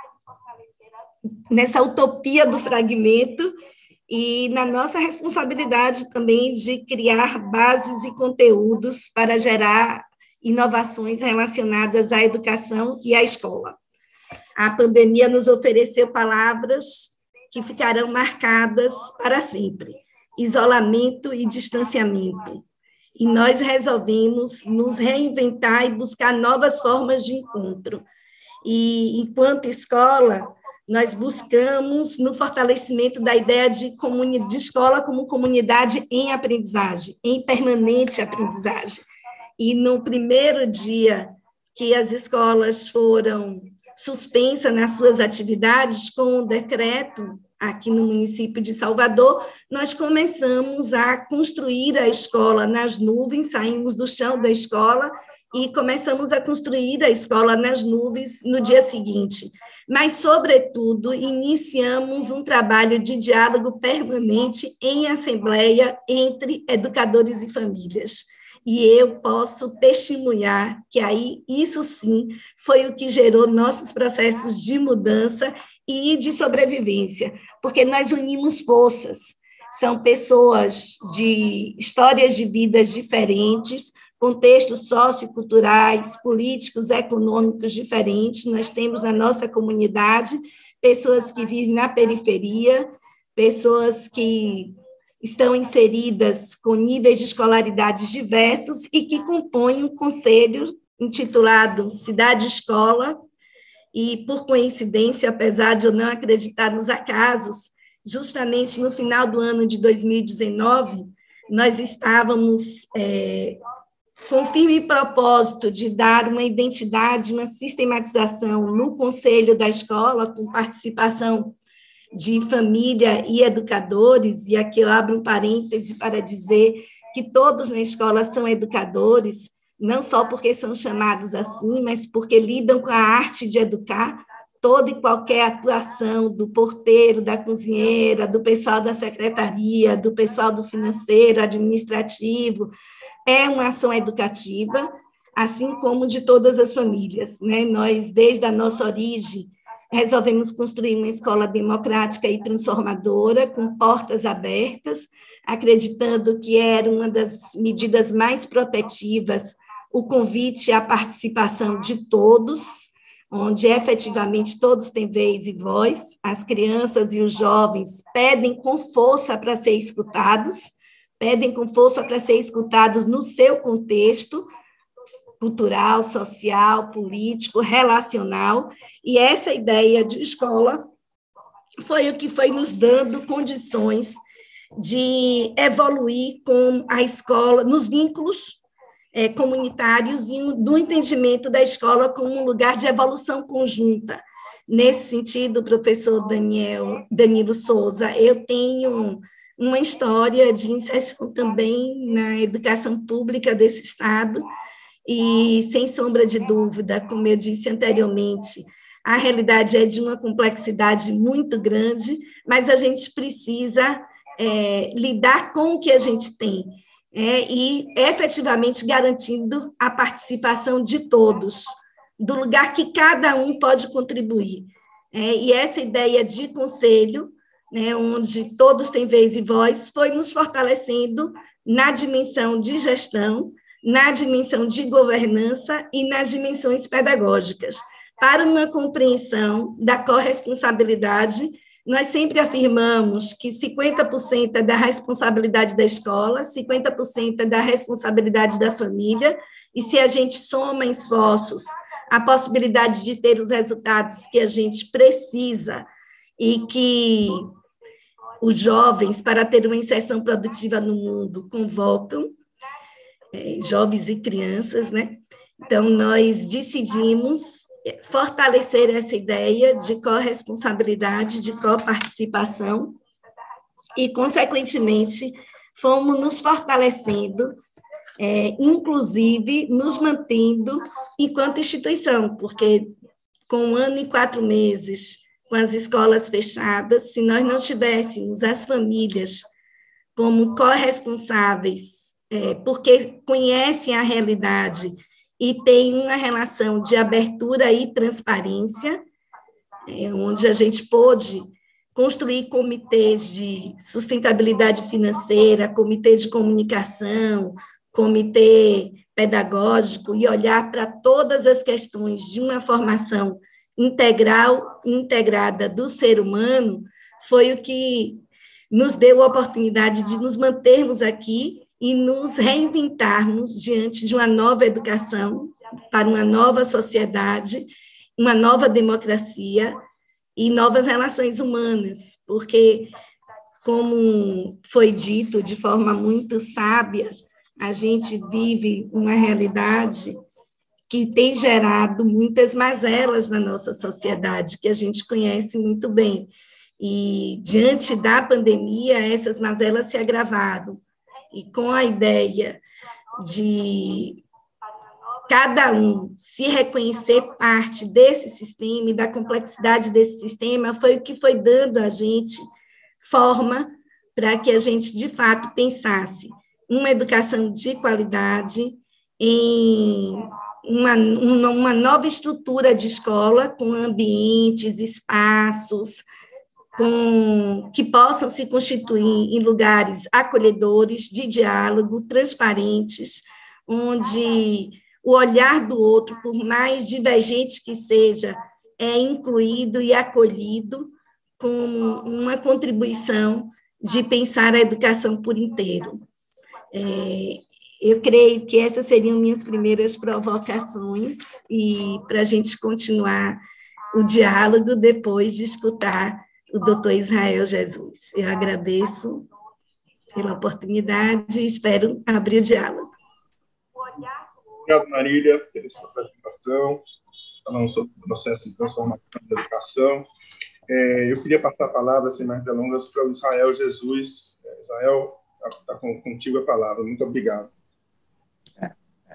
nessa utopia do fragmento, e na nossa responsabilidade também de criar bases e conteúdos para gerar inovações relacionadas à educação e à escola. A pandemia nos ofereceu palavras que ficarão marcadas para sempre: isolamento e distanciamento. E nós resolvemos nos reinventar e buscar novas formas de encontro. E, enquanto escola, nós buscamos no fortalecimento da ideia de, comuni- de escola como comunidade em aprendizagem, em permanente aprendizagem. E no primeiro dia que as escolas foram suspensas nas suas atividades, com o decreto aqui no município de Salvador, nós começamos a construir a escola nas nuvens, saímos do chão da escola e começamos a construir a escola nas nuvens no dia seguinte. mas, sobretudo, iniciamos um trabalho de diálogo permanente em assembleia entre educadores e famílias. E eu posso testemunhar que aí, isso sim, foi o que gerou nossos processos de mudança e de sobrevivência, porque nós unimos forças, são pessoas de histórias de vidas diferentes, contextos socioculturais, políticos, econômicos diferentes. Nós temos na nossa comunidade pessoas que vivem na periferia, pessoas que estão inseridas com níveis de escolaridade diversos e que compõem um conselho intitulado Cidade Escola, e, por coincidência, apesar de eu não acreditar nos acasos, justamente no final do ano de dois mil e dezenove, nós estávamos é, com firme propósito de dar uma identidade, uma sistematização no conselho da escola, com participação de família e educadores, e aqui eu abro um parêntese para dizer que todos na escola são educadores, não só porque são chamados assim, mas porque lidam com a arte de educar. Toda e qualquer atuação do porteiro, da cozinheira, do pessoal da secretaria, do pessoal do financeiro, administrativo, é uma ação educativa, assim como de todas as famílias, né? Nós, desde a nossa origem, resolvemos construir uma escola democrática e transformadora, com portas abertas, acreditando que era uma das medidas mais protetivas o convite à participação de todos, onde efetivamente todos têm vez e voz. As crianças e os jovens pedem com força para ser escutados, pedem com força para ser escutados no seu contexto cultural, social, político, relacional, e essa ideia de escola foi o que foi nos dando condições de evoluir com a escola, nos vínculos é, comunitários e do entendimento da escola como um lugar de evolução conjunta. Nesse sentido, professor Daniel, Danilo Souza, eu tenho uma história de inserção também na educação pública desse Estado, e, sem sombra de dúvida, como eu disse anteriormente, a realidade é de uma complexidade muito grande, mas a gente precisa é, lidar com o que a gente tem, é, e efetivamente garantindo a participação de todos, do lugar que cada um pode contribuir. É, e essa ideia de conselho, né, onde todos têm vez e voz, foi nos fortalecendo na dimensão de gestão, na dimensão de governança e nas dimensões pedagógicas. Para uma compreensão da corresponsabilidade, nós sempre afirmamos que cinquenta por cento é da responsabilidade da escola, cinquenta por cento é da responsabilidade da família, e se a gente soma esforços, a possibilidade de ter os resultados que a gente precisa e que os jovens, para ter uma inserção produtiva no mundo, convocam, é, jovens e crianças, né? Então, nós decidimos fortalecer essa ideia de corresponsabilidade, de coparticipação, e, consequentemente, fomos nos fortalecendo, é, inclusive nos mantendo enquanto instituição, porque com um ano e quatro meses, com as escolas fechadas, se nós não tivéssemos as famílias como corresponsáveis, é, porque conhecem a realidade e têm uma relação de abertura e transparência, é, onde a gente pôde construir comitês de sustentabilidade financeira, comitê de comunicação, comitê pedagógico, e olhar para todas as questões de uma formação integral e integrada do ser humano, foi o que nos deu a oportunidade de nos mantermos aqui e nos reinventarmos diante de uma nova educação, para uma nova sociedade, uma nova democracia e novas relações humanas, porque, como foi dito de forma muito sábia, a gente vive uma realidade que tem gerado muitas mazelas na nossa sociedade, que a gente conhece muito bem. E, diante da pandemia, essas mazelas se agravaram. E com a ideia de cada um se reconhecer parte desse sistema e da complexidade desse sistema foi o que foi dando a gente forma para que a gente, de fato, pensasse uma educação de qualidade, em uma, uma nova estrutura de escola, com ambientes, espaços, com, que possam se constituir em lugares acolhedores, de diálogo, transparentes, onde o olhar do outro, por mais divergente que seja, é incluído e acolhido com uma contribuição de pensar a educação por inteiro. É, eu creio que essas seriam minhas primeiras provocações, e para a gente continuar o diálogo depois de escutar o doutor Israel Jesus. Eu agradeço pela oportunidade e espero abrir o diálogo. Obrigado, Marília, pela sua apresentação, falando sobre o processo de transformação da educação. É, eu queria passar a palavra, sem mais delongas, para o Israel Jesus. É, Israel, está tá contigo a palavra. Muito obrigado. É,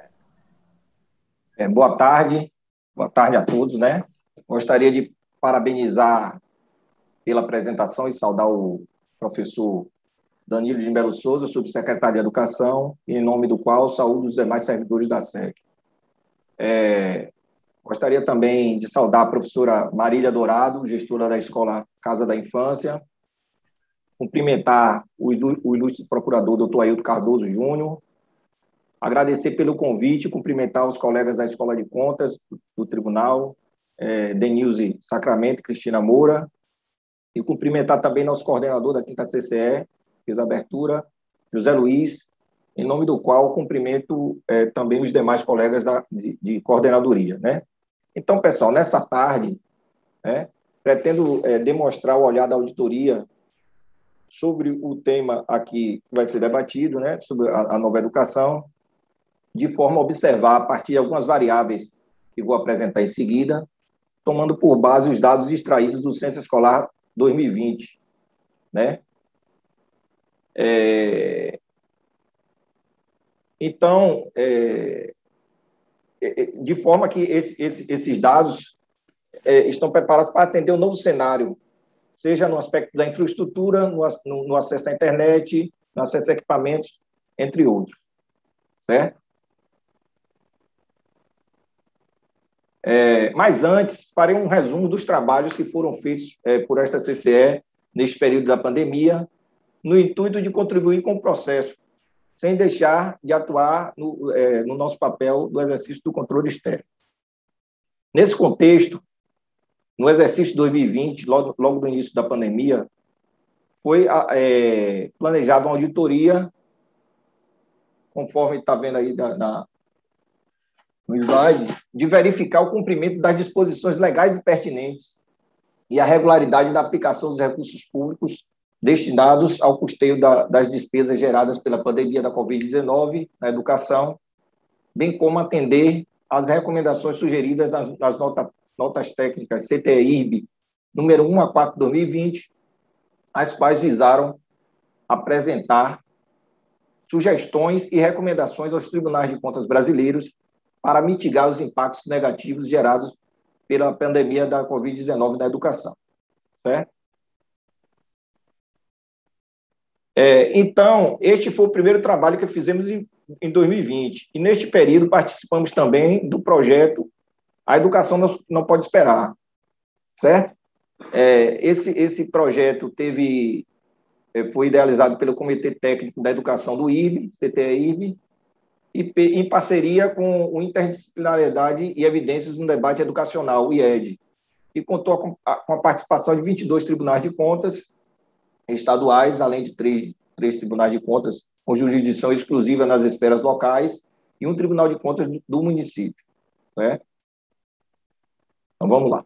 é, boa tarde, boa tarde a todos, né? Gostaria de parabenizar pela apresentação e saudar o professor Danilo de Melo Souza, subsecretário de Educação, em nome do qual saúdo os demais servidores da S E C. É, gostaria também de saudar a professora Marília Dourado, gestora da Escola Casa da Infância, cumprimentar o ilustre procurador, doutor Ailton Cardoso Júnior, agradecer pelo convite, cumprimentar os colegas da Escola de Contas do Tribunal, é, Denilze Sacramento, Cristina Moura, e cumprimentar também nosso coordenador da quinta C C E, fez a abertura, José Luiz, em nome do qual cumprimento é, também os demais colegas da, de, de coordenadoria, né? Então, pessoal, nessa tarde, né, pretendo é, demonstrar o olhar da auditoria sobre o tema aqui que vai ser debatido, né, sobre a, a nova educação, de forma a observar, a partir de algumas variáveis que vou apresentar em seguida, tomando por base os dados extraídos do Censo Escolar dois mil e vinte, né? É... Então, é... de forma que esse, esse, esses dados é, estão preparados para atender um novo cenário, seja no aspecto da infraestrutura, no, no, no acesso à internet, no acesso a equipamentos, entre outros. Certo? É, mas antes, farei um resumo dos trabalhos que foram feitos é, por esta C C E neste período da pandemia, no intuito de contribuir com o processo, sem deixar de atuar no, é, no nosso papel do exercício do controle externo. Nesse contexto, no exercício dois mil e vinte, logo, logo no início da pandemia, foi é, planejada uma auditoria, conforme está vendo aí da, da, no slide, de verificar o cumprimento das disposições legais e pertinentes e a regularidade da aplicação dos recursos públicos destinados ao custeio da, das despesas geradas pela pandemia da covid dezenove na educação, bem como atender às recomendações sugeridas nas, nas nota, notas técnicas C T E I B número um a quatro de dois mil e vinte, as quais visaram apresentar sugestões e recomendações aos tribunais de contas brasileiros para mitigar os impactos negativos gerados pela pandemia da covid dezenove na educação. Certo? É, então, este foi o primeiro trabalho que fizemos em, em dois mil e vinte. E, neste período, participamos também do projeto A Educação Não, Não Pode Esperar. Certo? É, esse, esse projeto teve, foi idealizado pelo Comitê Técnico da Educação do I B, C T E I B, e em parceria com o Interdisciplinariedade e Evidências no Debate Educacional, o I E D, e contou com a, com a participação de vinte e dois tribunais de contas estaduais, além de três, três tribunais de contas com jurisdição exclusiva nas esferas locais e um tribunal de contas do município. Né? Então, vamos lá.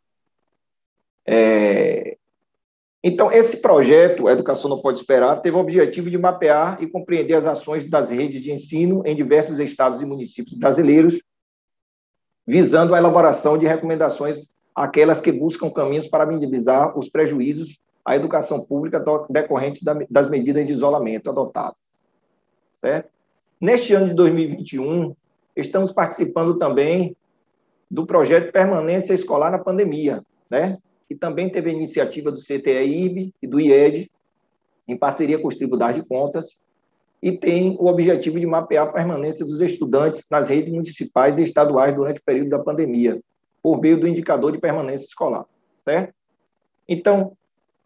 É... Então, esse projeto, A Educação Não Pode Esperar, teve o objetivo de mapear e compreender as ações das redes de ensino em diversos estados e municípios brasileiros, visando a elaboração de recomendações àquelas que buscam caminhos para minimizar os prejuízos à educação pública decorrentes das medidas de isolamento adotadas. Certo? Neste ano de dois mil e vinte e um, estamos participando também do projeto Permanência Escolar na Pandemia, né? Que também teve a iniciativa do C T E I B e do I E D, em parceria com os Tribunais de Contas, e tem o objetivo de mapear a permanência dos estudantes nas redes municipais e estaduais durante o período da pandemia, por meio do indicador de permanência escolar, certo? Então,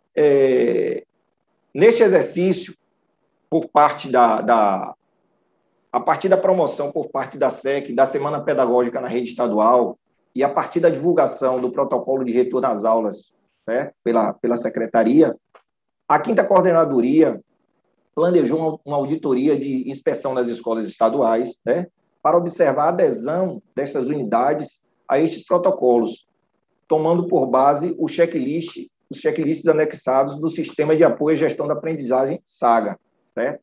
é, neste exercício, por parte da, da... a partir da promoção por parte da S E C, da Semana Pedagógica na rede estadual, e a partir da divulgação do protocolo de retorno às aulas, né, pela, pela Secretaria, a quinta Coordenadoria planejou uma auditoria de inspeção nas escolas estaduais, né, para observar a adesão dessas unidades a estes protocolos, tomando por base o checklist, os checklists anexados do Sistema de Apoio à Gestão da Aprendizagem, SAGA. Certo?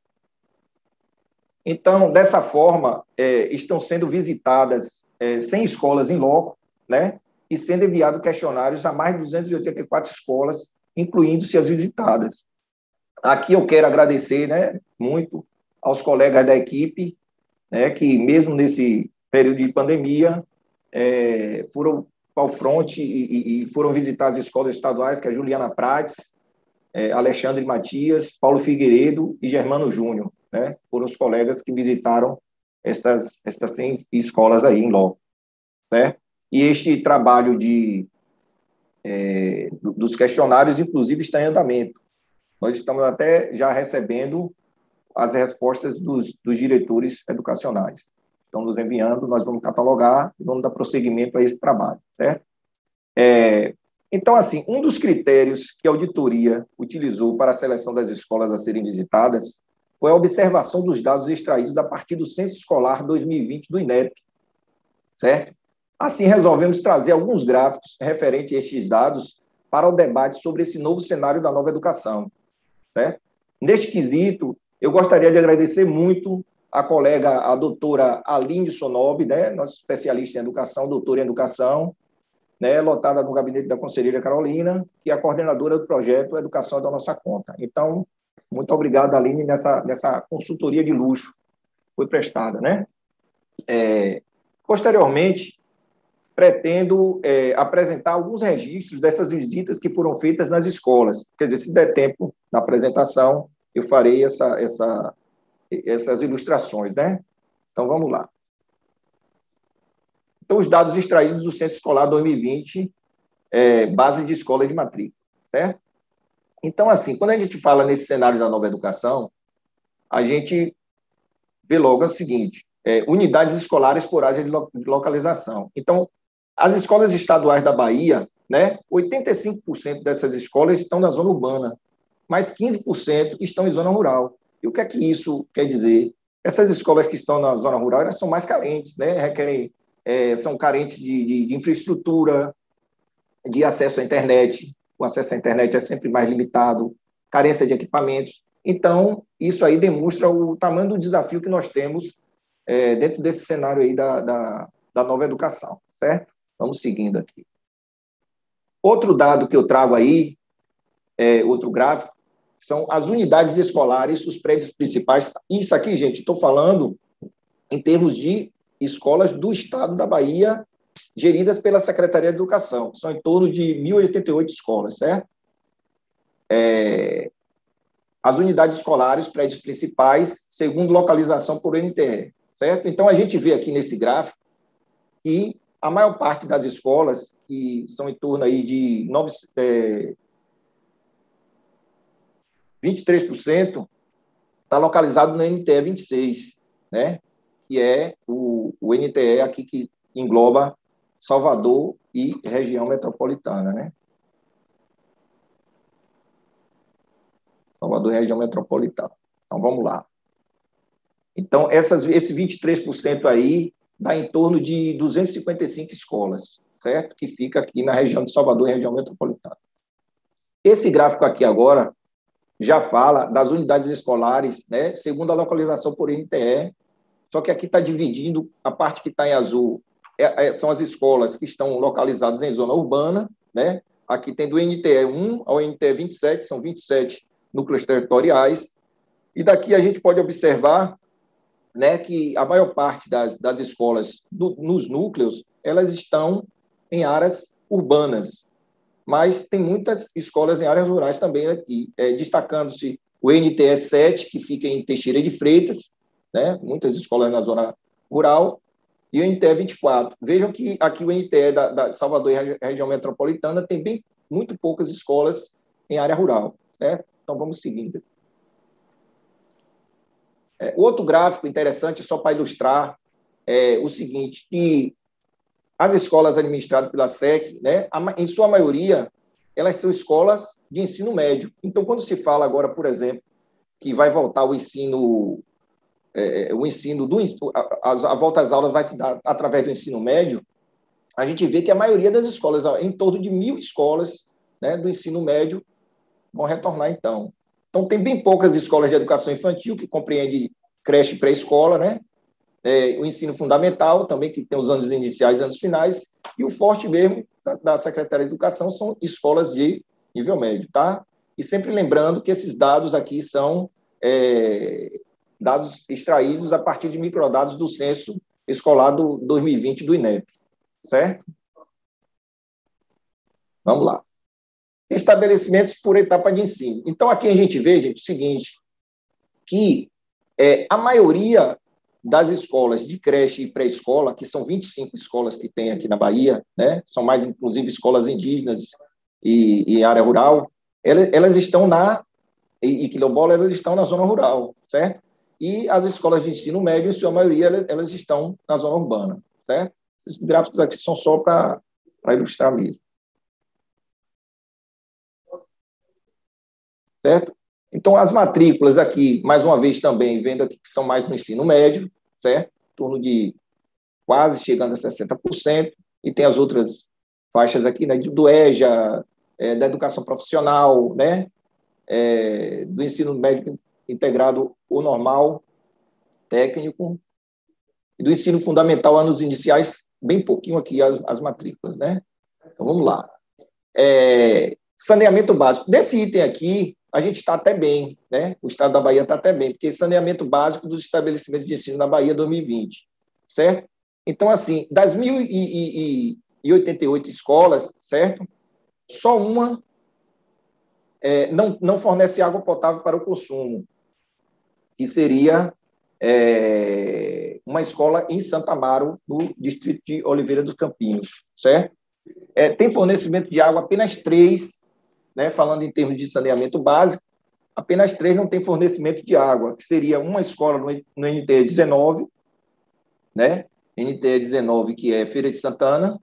Então, dessa forma, é, estão sendo visitadas é, cem escolas em loco, né, e sendo enviados questionários a mais de duzentas e oitenta e quatro escolas, incluindo-se as visitadas. Aqui eu quero agradecer, né, muito aos colegas da equipe, né, que mesmo nesse período de pandemia, é, foram ao fronte e, e foram visitar as escolas estaduais, que é a Juliana Prates, é, Alexandre Matias, Paulo Figueiredo e Germano Júnior, né, foram os colegas que visitaram essas, essas cem escolas aí em loco, certo? E este trabalho de, é, dos questionários, inclusive, está em andamento. Nós estamos até já recebendo as respostas dos, dos diretores educacionais. Estão nos enviando, nós vamos catalogar e vamos dar prosseguimento a esse trabalho, certo? É, então, assim, um dos critérios que a auditoria utilizou para a seleção das escolas a serem visitadas foi a observação dos dados extraídos a partir do Censo Escolar dois mil e vinte do INEP, certo? Assim, resolvemos trazer alguns gráficos referentes a estes dados para o debate sobre esse novo cenário da nova educação, certo? Neste quesito, eu gostaria de agradecer muito a colega, a doutora Aline Sonob, né, nossa especialista em educação, doutora em educação, né, lotada no gabinete da conselheira Carolina, que é a coordenadora do projeto Educação da Nossa Conta. Então, muito obrigado, Aline, nessa, nessa consultoria de luxo que foi prestada, né? É, posteriormente, pretendo é, apresentar alguns registros dessas visitas que foram feitas nas escolas. Quer dizer, se der tempo na apresentação, eu farei essa, essa, essas ilustrações, né? Então, vamos lá. Então, os dados extraídos do Censo Escolar dois mil e vinte, é, base de escola de matrícula, certo? Então, assim, quando a gente fala nesse cenário da nova educação, a gente vê logo o seguinte, é, unidades escolares por área de localização. Então, as escolas estaduais da Bahia, né, oitenta e cinco por cento dessas escolas estão na zona urbana, mas quinze por cento estão em zona rural. E o que é que isso quer dizer? Essas escolas que estão na zona rural, elas são mais carentes, né, requerem, é, são carentes de, de, de infraestrutura, de acesso à internet. O acesso à internet é sempre mais limitado, carência de equipamentos. Então, isso aí demonstra o tamanho do desafio que nós temos é, dentro desse cenário aí da, da, da nova educação, certo? Vamos seguindo aqui. Outro dado que eu trago aí, é, outro gráfico, são as unidades escolares, os prédios principais. Isso aqui, gente, estou falando em termos de escolas do estado da Bahia, geridas pela Secretaria de Educação, que são em torno de mil e oitenta e oito escolas, certo? É, as unidades escolares, prédios principais, segundo localização por N T E, certo? Então, a gente vê aqui nesse gráfico que a maior parte das escolas, que são em torno aí de nove, é, vinte e três por cento, está localizado no N T E vinte e seis, né? Que é o, o N T E aqui que engloba Salvador e região metropolitana, né? Salvador e região metropolitana. Então, vamos lá. Então, essas, esse vinte e três por cento aí dá em torno de duzentas e cinquenta e cinco escolas, certo? Que fica aqui na região de Salvador e região metropolitana. Esse gráfico aqui agora já fala das unidades escolares, né? Segundo a localização por N T E, só que aqui está dividindo, a parte que está em azul é, é, são as escolas que estão localizadas em zona urbana, né? Aqui tem do N T E um ao N T E vinte e sete, são vinte e sete núcleos territoriais, e daqui a gente pode observar né, que a maior parte das, das escolas do, nos núcleos, elas estão em áreas urbanas, mas tem muitas escolas em áreas rurais também aqui, é, destacando-se o N T E sete, que fica em Teixeira de Freitas, né, muitas escolas na zona rural, e o N T E vinte e quatro. Vejam que aqui o N T E da, da Salvador e região metropolitana tem bem, muito poucas escolas em área rural, né? Então, vamos seguindo. É, outro gráfico interessante, só para ilustrar, é o seguinte, que as escolas administradas pela S E C, né, em sua maioria, elas são escolas de ensino médio. Então, quando se fala agora, por exemplo, que vai voltar o ensino, é, o ensino do a, a volta às aulas vai se dar através do ensino médio, a gente vê que a maioria das escolas, em torno de mil escolas, né, do ensino médio, vão retornar, então. Então, tem bem poucas escolas de educação infantil, que compreende creche e pré-escola, né? É, o ensino fundamental, também, que tem os anos iniciais e anos finais, e o forte mesmo da, da Secretaria de Educação são escolas de nível médio, tá? E sempre lembrando que esses dados aqui são é, dados extraídos a partir de microdados do Censo Escolar do dois mil e vinte do INEP, certo? Vamos lá. Estabelecimentos por etapa de ensino. Então, aqui a gente vê, gente, o seguinte, que é, a maioria das escolas de creche e pré-escola, que são vinte e cinco escolas que tem aqui na Bahia, né, são mais, inclusive, escolas indígenas e, e área rural, elas, elas estão na, e, e quilombola, elas estão na zona rural, certo? E as escolas de ensino médio, em sua maioria, elas, elas estão na zona urbana, certo? Esses gráficos aqui são só para ilustrar mesmo. Certo? Então, as matrículas aqui, mais uma vez também, vendo aqui que são mais no ensino médio, certo? Em torno de quase chegando a sessenta por cento, e tem as outras faixas aqui, né, do EJA, é, da educação profissional, né, é, do ensino médio integrado ou normal, técnico, e do ensino fundamental, anos iniciais, bem pouquinho aqui as, as matrículas, né? Então, vamos lá. É, saneamento básico. Desse item aqui, a gente está até bem, né? O estado da Bahia está até bem, porque saneamento básico dos estabelecimentos de ensino na Bahia dois mil e vinte, certo? Então, assim, das mil e oitenta e oito escolas, certo? Só uma é, não, não fornece água potável para o consumo, que seria é, uma escola em Santa Amaro, no distrito de Oliveira dos Campinhos, certo? É, tem fornecimento de água apenas três, né, falando em termos de saneamento básico, apenas três não tem fornecimento de água, que seria uma escola no, no N T E dezenove, né, N T E dezenove, que é Feira de Santana,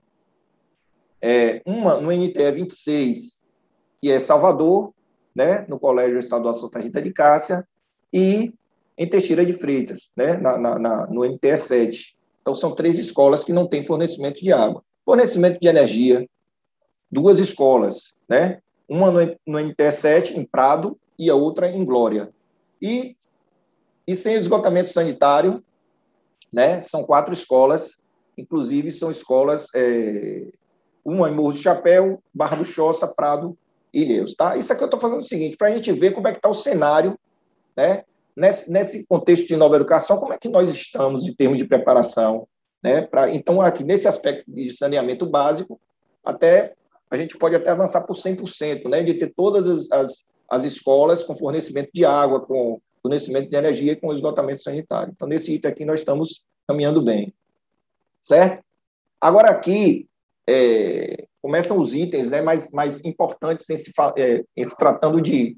é, uma no N T E vinte e seis, que é Salvador, né, no Colégio Estadual Santa Rita de Cássia, e em Teixeira de Freitas, né, na, na, na, no N T E sete. Então, são três escolas que não têm fornecimento de água. Fornecimento de energia, duas escolas, né? Uma no, no N T E sete, em Prado, e a outra em Glória. E, e sem esgotamento sanitário, né? São quatro escolas, inclusive são escolas, é, uma em Morro do Chapéu, Barra do Choça, Prado e Ilhéus, tá? Isso aqui eu estou fazendo o seguinte, para a gente ver como é que está o cenário, né? Nesse, nesse contexto de nova educação, como é que nós estamos em termos de preparação, né? Pra, então, aqui, nesse aspecto de saneamento básico, até a gente pode até avançar por cem por cento, né? De ter todas as, as, as escolas com fornecimento de água, com fornecimento de energia e com esgotamento sanitário. Então, nesse item aqui, nós estamos caminhando bem, certo? Agora, aqui, é, começam os itens, né, mais, mais importantes em se, é, em se tratando de,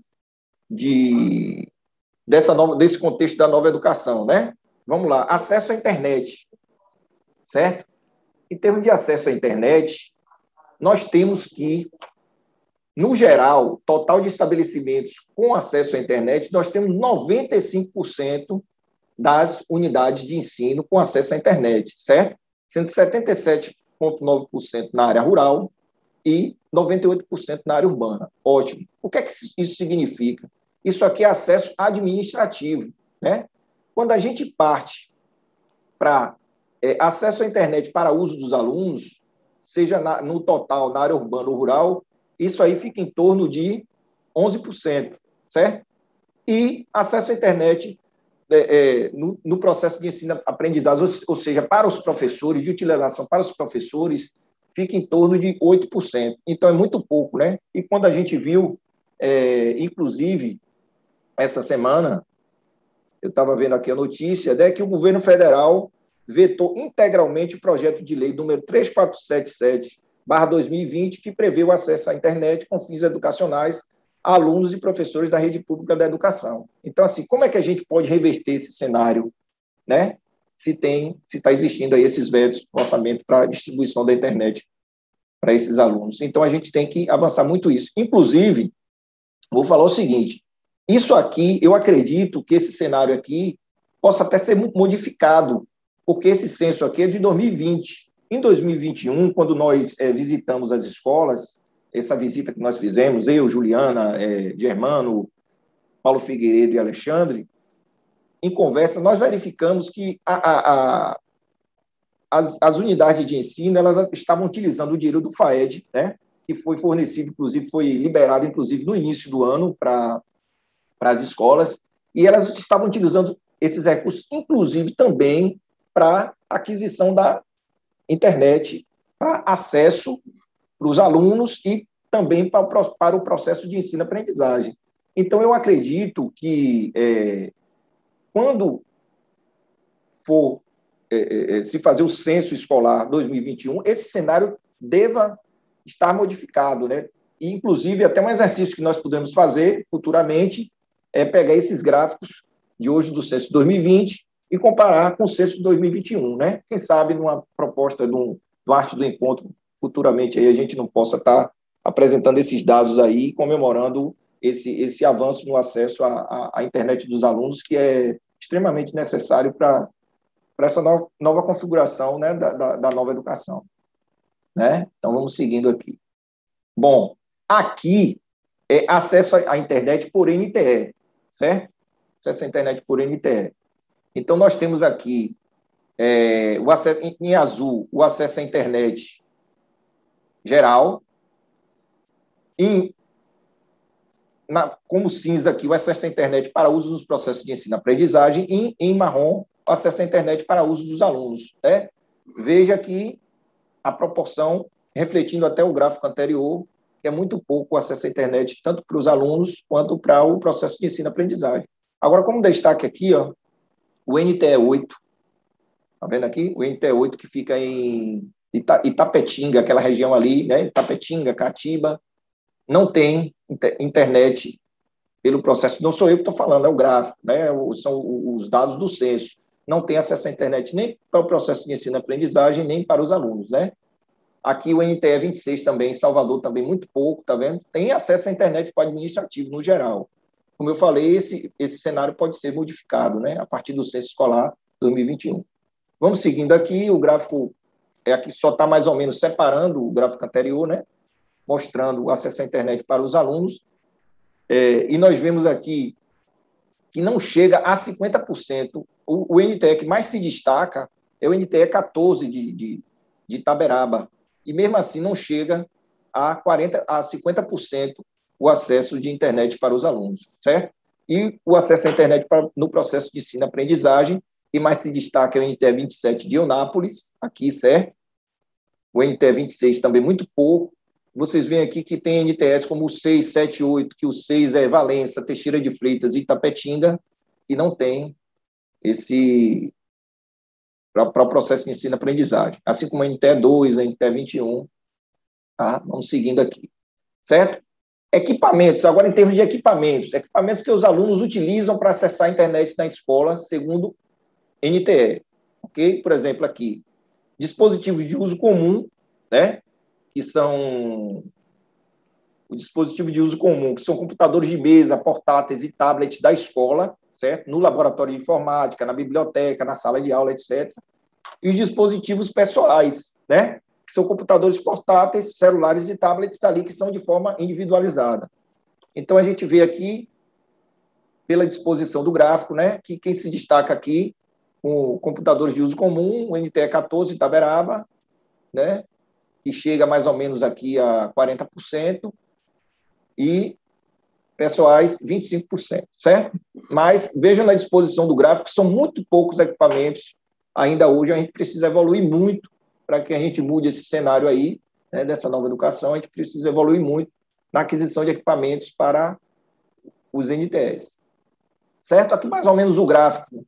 de, dessa nova, desse contexto da nova educação, né? Vamos lá, acesso à internet, certo? Em termos de acesso à internet, nós temos que, no geral, total de estabelecimentos com acesso à internet, nós temos noventa e cinco por cento das unidades de ensino com acesso à internet, certo? Sendo setenta e sete vírgula nove por cento na área rural e noventa e oito por cento na área urbana. Ótimo. O que é que isso significa? Isso aqui é acesso administrativo, né? Quando a gente parte para é, acesso à internet para uso dos alunos, seja na, no total, na área urbana ou rural, isso aí fica em torno de onze por cento, certo? E acesso à internet é, é, no, no processo de ensino-aprendizagem, ou, ou seja, para os professores, de utilização para os professores, fica em torno de oito por cento. Então, é muito pouco, né? E quando a gente viu, é, inclusive, essa semana, eu estava vendo aqui a notícia, né, que o governo federal vetou integralmente o projeto de lei número três quatro sete sete barra dois mil e vinte, que prevê o acesso à internet com fins educacionais a alunos e professores da rede pública da educação. Então, assim, como é que a gente pode reverter esse cenário, né? Se tem, se está existindo aí esses vetos no orçamento para a distribuição da internet para esses alunos. Então, a gente tem que avançar muito isso. Inclusive, vou falar o seguinte, isso aqui, eu acredito que esse cenário aqui possa até ser modificado, porque esse censo aqui é de dois mil e vinte. Em dois mil e vinte e um, quando nós é, visitamos as escolas, essa visita que nós fizemos, eu, Juliana, é, Germano, Paulo Figueiredo e Alexandre, em conversa, nós verificamos que a, a, a, as, as unidades de ensino elas estavam utilizando o dinheiro do FAED, né, que foi fornecido, inclusive, foi liberado, inclusive, no início do ano para as escolas, e elas estavam utilizando esses recursos, inclusive, também para aquisição da internet, para acesso para os alunos e também para o, para o processo de ensino-aprendizagem. Então, eu acredito que, é, quando for é, é, se fazer o censo escolar dois mil e vinte e um, esse cenário deva estar modificado, né? E, inclusive, até um exercício que nós podemos fazer futuramente é pegar esses gráficos de hoje do censo dois mil e vinte e comparar com o censo de dois mil e vinte e um, né? Quem sabe, numa proposta do, do Arte do Encontro, futuramente, aí a gente não possa estar apresentando esses dados aí, comemorando esse, esse avanço no acesso à, à, à internet dos alunos, que é extremamente necessário para essa nova, nova configuração, né, da, da, da nova educação. Né? Então, vamos seguindo aqui. Bom, aqui é acesso à internet por N T E, certo? Acesso à internet por N T E. Então, nós temos aqui, é, o acesso, em, em azul, o acesso à internet geral, em, na, como cinza aqui, o acesso à internet para uso nos processos de ensino-aprendizagem, e em marrom, o acesso à internet para uso dos alunos. Né? Veja aqui a proporção, refletindo até o gráfico anterior, que é muito pouco o acesso à internet, tanto para os alunos quanto para o processo de ensino-aprendizagem. Agora, como destaque aqui, ó, o N T E oito, está vendo aqui? O N T E oito que fica em Ita Itapetinga, aquela região ali, né? Itapetinga, Catiba, não tem inter internet pelo processo, não sou eu que estou falando, é o gráfico, né? São os dados do censo. Não tem acesso à internet nem para o processo de ensino-aprendizagem, nem para os alunos, né? Aqui o N T E vinte e seis também, em Salvador também muito pouco, tá vendo? Tem acesso à internet para o administrativo no geral. Como eu falei, esse, esse cenário pode ser modificado, né? A partir do censo escolar dois mil e vinte e um. Vamos seguindo aqui, o gráfico é aqui só está mais ou menos separando o gráfico anterior, né? Mostrando o acesso à internet para os alunos. É, e nós vemos aqui que não chega a cinquenta por cento. O, o N T E que mais se destaca é o N T E quatorze de, de, de Itaberaba. E, mesmo assim, não chega a, quarenta, a cinquenta por cento o acesso de internet para os alunos, certo? E o acesso à internet para, no processo de ensino-aprendizagem, que mais se destaca é o N T E vinte e sete de Eunápolis, aqui, certo? O N T E vinte e seis também muito pouco. Vocês veem aqui que tem N T Es como o seis, sete, oito, que o seis é Valença, Teixeira de Freitas e Itapetinga, e não tem esse para o processo de ensino-aprendizagem. Assim como o N T E dois, o N T E vinte e um. Tá? Vamos seguindo aqui. Certo? Equipamentos, agora em termos de equipamentos, equipamentos que os alunos utilizam para acessar a internet na escola, segundo N T E. Ok? Por exemplo, aqui, dispositivos de uso comum, né? Que são o dispositivo de uso comum, que são computadores de mesa, portáteis e tablets da escola, certo? No laboratório de informática, na biblioteca, na sala de aula, etcétera. E os dispositivos pessoais, né? Que são computadores portáteis, celulares e tablets ali que são de forma individualizada. Então, a gente vê aqui, pela disposição do gráfico, né? Que quem se destaca aqui, com computadores de uso comum, o N T E quatorze, Itaberaba, né? Que chega mais ou menos aqui a quarenta por cento, e pessoais, vinte e cinco por cento, certo? Mas vejam na disposição do gráfico, são muito poucos equipamentos. Ainda hoje a gente precisa evoluir muito para que a gente mude esse cenário aí, né, dessa nova educação. A gente precisa evoluir muito na aquisição de equipamentos para os N T Es. Certo? Aqui mais ou menos o gráfico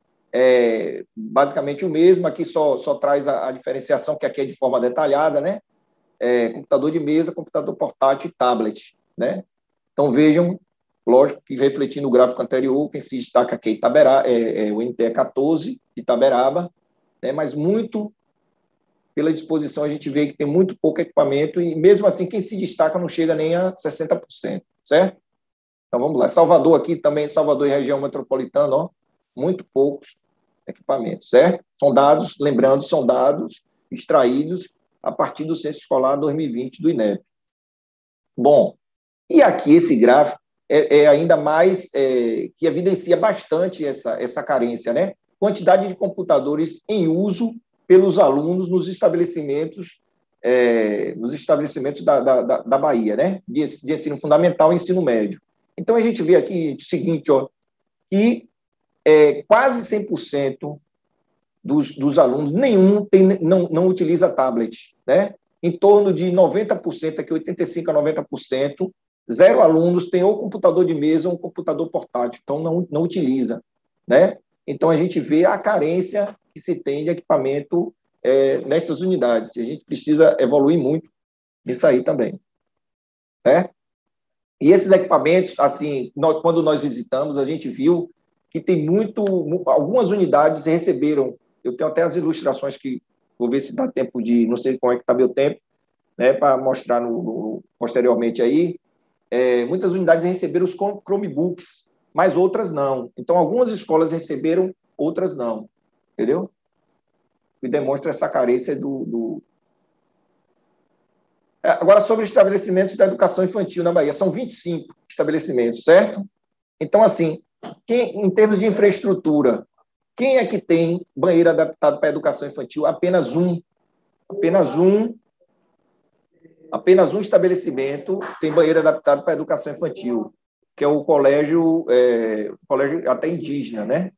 é basicamente o mesmo, aqui só, só traz a, a diferenciação, que aqui é de forma detalhada, né? É, computador de mesa, computador portátil e tablet, né? Então, vejam, lógico que refletindo o gráfico anterior, quem se destaca aqui é, Itaberá, é, é o N T E quatorze, Itaberaba, né? Mas muito, pela disposição, a gente vê que tem muito pouco equipamento e, mesmo assim, quem se destaca não chega nem a sessenta por cento, certo? Então, vamos lá. Salvador aqui também, Salvador e região metropolitana, ó, muito poucos equipamentos, certo? São dados, lembrando, são dados extraídos a partir do Censo Escolar dois mil e vinte do INEP. Bom, e aqui esse gráfico é, é ainda mais, é, que evidencia bastante essa, essa carência, né? Quantidade de computadores em uso pelos alunos nos estabelecimentos, é, nos estabelecimentos da, da, da Bahia, né? De, de ensino fundamental e ensino médio. Então, a gente vê aqui o seguinte, ó, que é, quase cem por cento dos, dos alunos, nenhum tem, não, não utiliza tablet, né? Em torno de noventa por cento, aqui oitenta e cinco por cento a noventa por cento, zero alunos tem ou computador de mesa ou um computador portátil, então não, não utiliza, né? Então, a gente vê a carência que se tem de equipamento é, nessas unidades. A gente precisa evoluir muito nisso aí também, certo? E esses equipamentos, assim, nós, quando nós visitamos, a gente viu que tem muito, algumas unidades receberam, eu tenho até as ilustrações que, vou ver se dá tempo de, não sei como é que está meu tempo, né, para mostrar no, no, posteriormente aí, é, muitas unidades receberam os Chromebooks, mas outras não. Então, algumas escolas receberam, outras não, entendeu? E demonstra essa carência do... do... Agora, sobre estabelecimentos da educação infantil na Bahia, são vinte e cinco estabelecimentos, certo? Então, assim, quem, em termos de infraestrutura, quem é que tem banheiro adaptado para a educação infantil? Apenas um. Apenas um. Apenas um estabelecimento tem banheiro adaptado para a educação infantil, que é o colégio, é, colégio até indígena, né?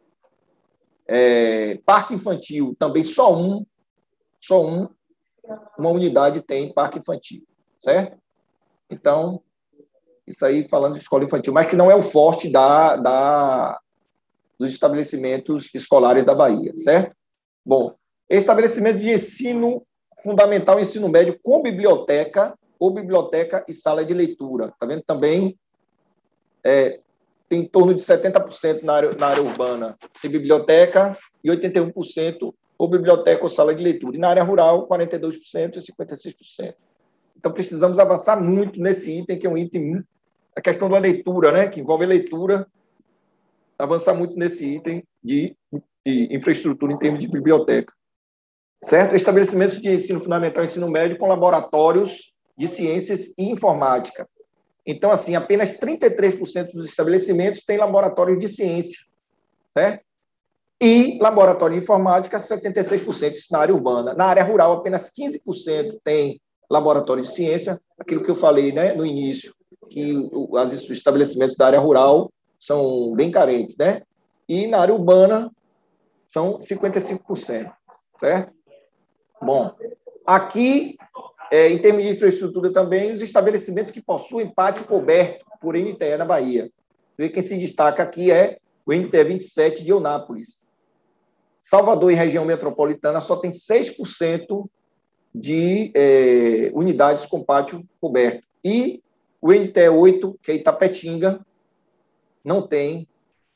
É, parque infantil, também só um, só um, uma unidade tem parque infantil, certo? Então, isso aí falando de escola infantil, mas que não é o forte da, da, dos estabelecimentos escolares da Bahia, certo? Bom, estabelecimento de ensino fundamental e ensino médio com biblioteca, ou biblioteca e sala de leitura, tá vendo? Também é, tem em torno de setenta por cento na área, na área urbana tem biblioteca e oitenta e um por cento ou biblioteca ou sala de leitura. E na área rural, quarenta e dois por cento e cinquenta e seis por cento. Então, precisamos avançar muito nesse item, que é um item, a questão da leitura, né, que envolve a leitura, avançar muito nesse item de, de infraestrutura em termos de biblioteca. Certo? Estabelecimentos de ensino fundamental e ensino médio com laboratórios de ciências e informática. Então, assim, apenas trinta e três por cento dos estabelecimentos têm laboratórios de ciência, certo? E laboratório de informática, setenta e seis por cento na área urbana. Na área rural, apenas quinze por cento tem laboratório de ciência, aquilo que eu falei, né, no início, que os estabelecimentos da área rural são bem carentes, né? E na área urbana são cinquenta e cinco por cento, certo? Bom, aqui, é, em termos de infraestrutura também, os estabelecimentos que possuem pátio coberto por N T E na Bahia. Você vê quem se destaca aqui é o N T E vinte e sete de Eunápolis. Salvador e região metropolitana só tem seis por cento de é, unidades com pátio coberto. E o N T E oito, que é Itapetinga, não tem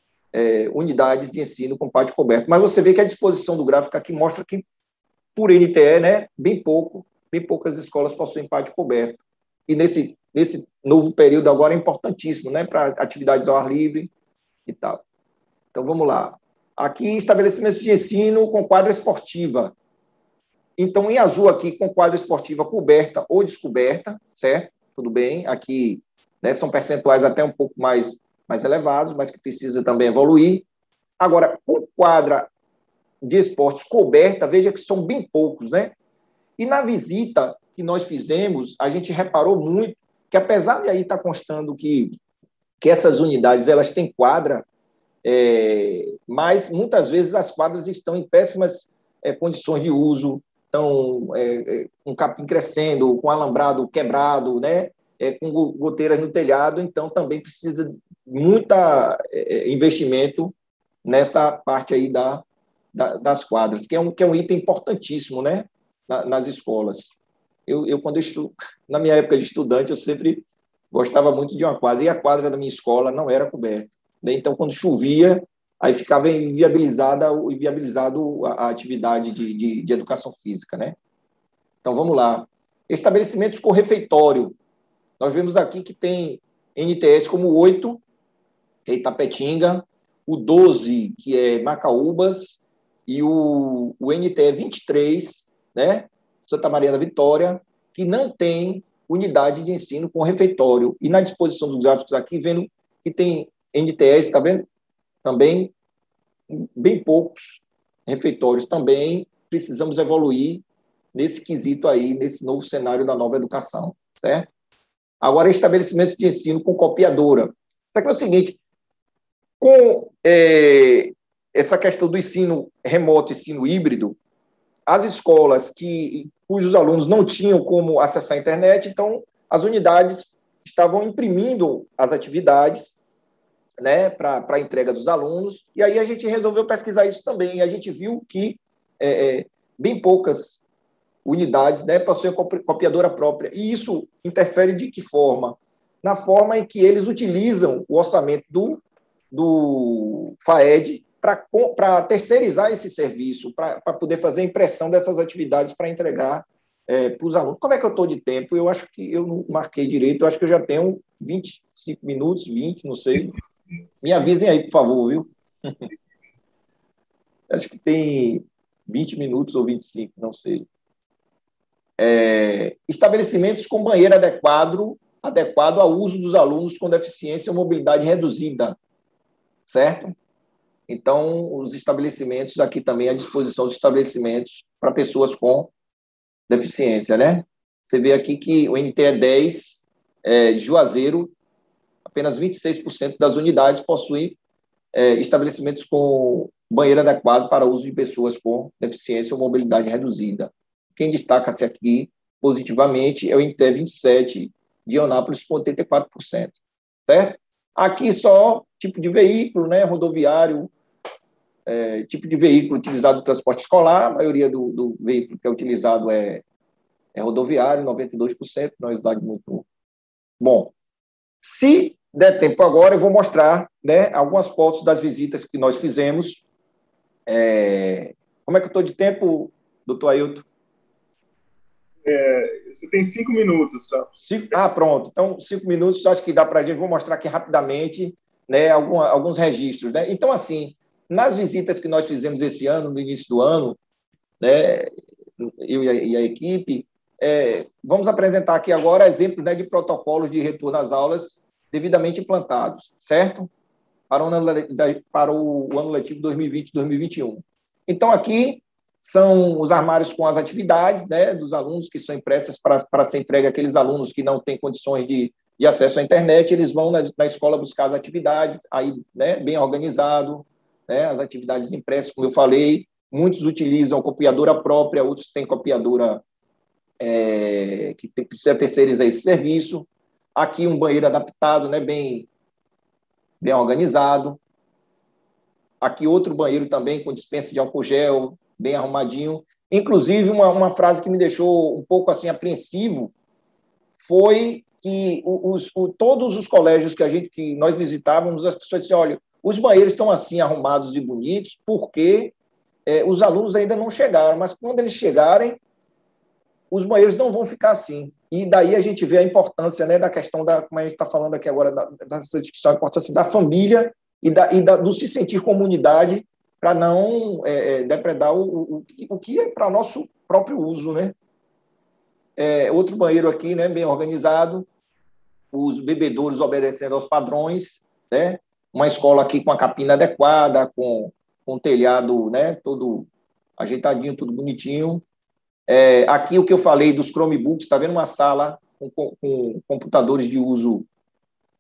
é, unidades de ensino com pátio coberto. Mas você vê que a disposição do gráfico aqui mostra que, por N T E, né, bem pouco, bem poucas escolas possuem pátio coberto. E nesse, nesse novo período agora é importantíssimo, né, para atividades ao ar livre e tal. Então, vamos lá. Aqui, estabelecimentos de ensino com quadra esportiva. Então, em azul aqui, com quadra esportiva coberta ou descoberta, certo? Tudo bem. Aqui, né, são percentuais até um pouco mais, mais elevados, mas que precisa também evoluir. Agora, com quadra de esportes coberta, veja que são bem poucos, né? E na visita que nós fizemos, a gente reparou muito que, apesar de aí estar constando que que essas unidades elas têm quadra, é, mas muitas vezes as quadras estão em péssimas é, condições de uso, estão é, é, com capim crescendo, com alambrado quebrado, né? É, com goteiras no telhado, então também precisa muito é, investimento nessa parte aí da, da, das quadras, que é, um, que é um item importantíssimo, né? Na, nas escolas. Eu, eu quando eu estu... na minha época de estudante, eu sempre gostava muito de uma quadra, e a quadra da minha escola não era coberta. Então, quando chovia, aí ficava inviabilizada, inviabilizado a, a atividade de, de, de educação física, né? Então, vamos lá. Estabelecimentos com refeitório. Nós vemos aqui que tem N T S como oito, que é Itapetinga, o doze, que é Macaúbas, e o, o N T E vinte e três, né? Santa Maria da Vitória, que não tem unidade de ensino com refeitório. E na disposição dos gráficos aqui, vendo que tem N T S, está vendo? Também bem poucos refeitórios. Também precisamos evoluir nesse quesito aí, nesse novo cenário da nova educação, certo? Agora, estabelecimento de ensino com copiadora. Isso aqui é o seguinte, com é, essa questão do ensino remoto, ensino híbrido, as escolas que, cujos alunos não tinham como acessar a internet, então as unidades estavam imprimindo as atividades, né, para a entrega dos alunos, e aí a gente resolveu pesquisar isso também, e a gente viu que é, é, bem poucas unidades, né, possuem copiadora própria, e isso interfere de que forma? Na forma em que eles utilizam o orçamento do, do FAED para terceirizar esse serviço, para poder fazer a impressão dessas atividades para entregar é, para os alunos. Como é que eu estou de tempo? Eu acho que eu não marquei direito, eu acho que eu já tenho vinte e cinco minutos, vinte, não sei. Me avisem aí, por favor, viu? Acho que tem vinte minutos ou vinte e cinco, não sei. É, estabelecimentos com banheiro adequado, adequado ao uso dos alunos com deficiência ou mobilidade reduzida, certo? Então, os estabelecimentos, aqui também à disposição dos estabelecimentos para pessoas com deficiência, né? Você vê aqui que o N T E dez é, de Juazeiro, apenas vinte e seis por cento das unidades possuem é, estabelecimentos com banheiro adequado para uso de pessoas com deficiência ou mobilidade reduzida. Quem destaca-se aqui positivamente é o N T E vinte e sete de Eunápolis, com oitenta e quatro por cento, certo? Aqui só tipo de veículo, né, rodoviário, é, tipo de veículo utilizado no transporte escolar, a maioria do, do veículo que é utilizado é, é rodoviário, noventa e dois por cento, não é um dado muito bom. Se der tempo agora, eu vou mostrar, né, algumas fotos das visitas que nós fizemos. É, como é que eu estou de tempo, doutor Ailton? É, você tem cinco minutos, sabe? Cinco, ah, pronto. Então, cinco minutos, acho que dá para a gente. Vou mostrar aqui rapidamente, né, algum, alguns registros, né? Então, assim, nas visitas que nós fizemos esse ano, no início do ano, né, eu e a, e a equipe, é, vamos apresentar aqui agora exemplos, né, de protocolos de retorno às aulas devidamente implantados, certo? Para o ano, para o ano letivo dois mil e vinte, dois mil e vinte e um. Então, aqui são os armários com as atividades, né, dos alunos que são impressas para, para ser entregue àqueles alunos que não têm condições de, de acesso à internet, eles vão na, na escola buscar as atividades, aí, né, bem organizado, né, as atividades impressas, como eu falei, muitos utilizam copiadora própria, outros têm copiadora é, que tem, precisa terceirizar esse serviço. Aqui um banheiro adaptado, né, bem, bem organizado. Aqui outro banheiro também com dispensa de álcool gel, bem arrumadinho. Inclusive, uma, uma frase que me deixou um pouco assim apreensivo foi que os, o, todos os colégios que, a gente, que nós visitávamos, as pessoas diziam, olha, os banheiros estão assim arrumados e bonitos porque é, os alunos ainda não chegaram, mas quando eles chegarem, os banheiros não vão ficar assim. E daí a gente vê a importância, né, da questão da, como a gente está falando aqui agora, da, dessa discussão, a importância da família e, da, e da, do se sentir comunidade para não é, depredar o, o, o que é para nosso próprio uso, né? É, outro banheiro aqui, né, bem organizado, os bebedouros obedecendo aos padrões, né? Uma escola aqui com a capina adequada, com, com telhado, né, todo ajeitadinho, tudo bonitinho. É, aqui o que eu falei dos Chromebooks, está vendo uma sala com, com, com computadores de uso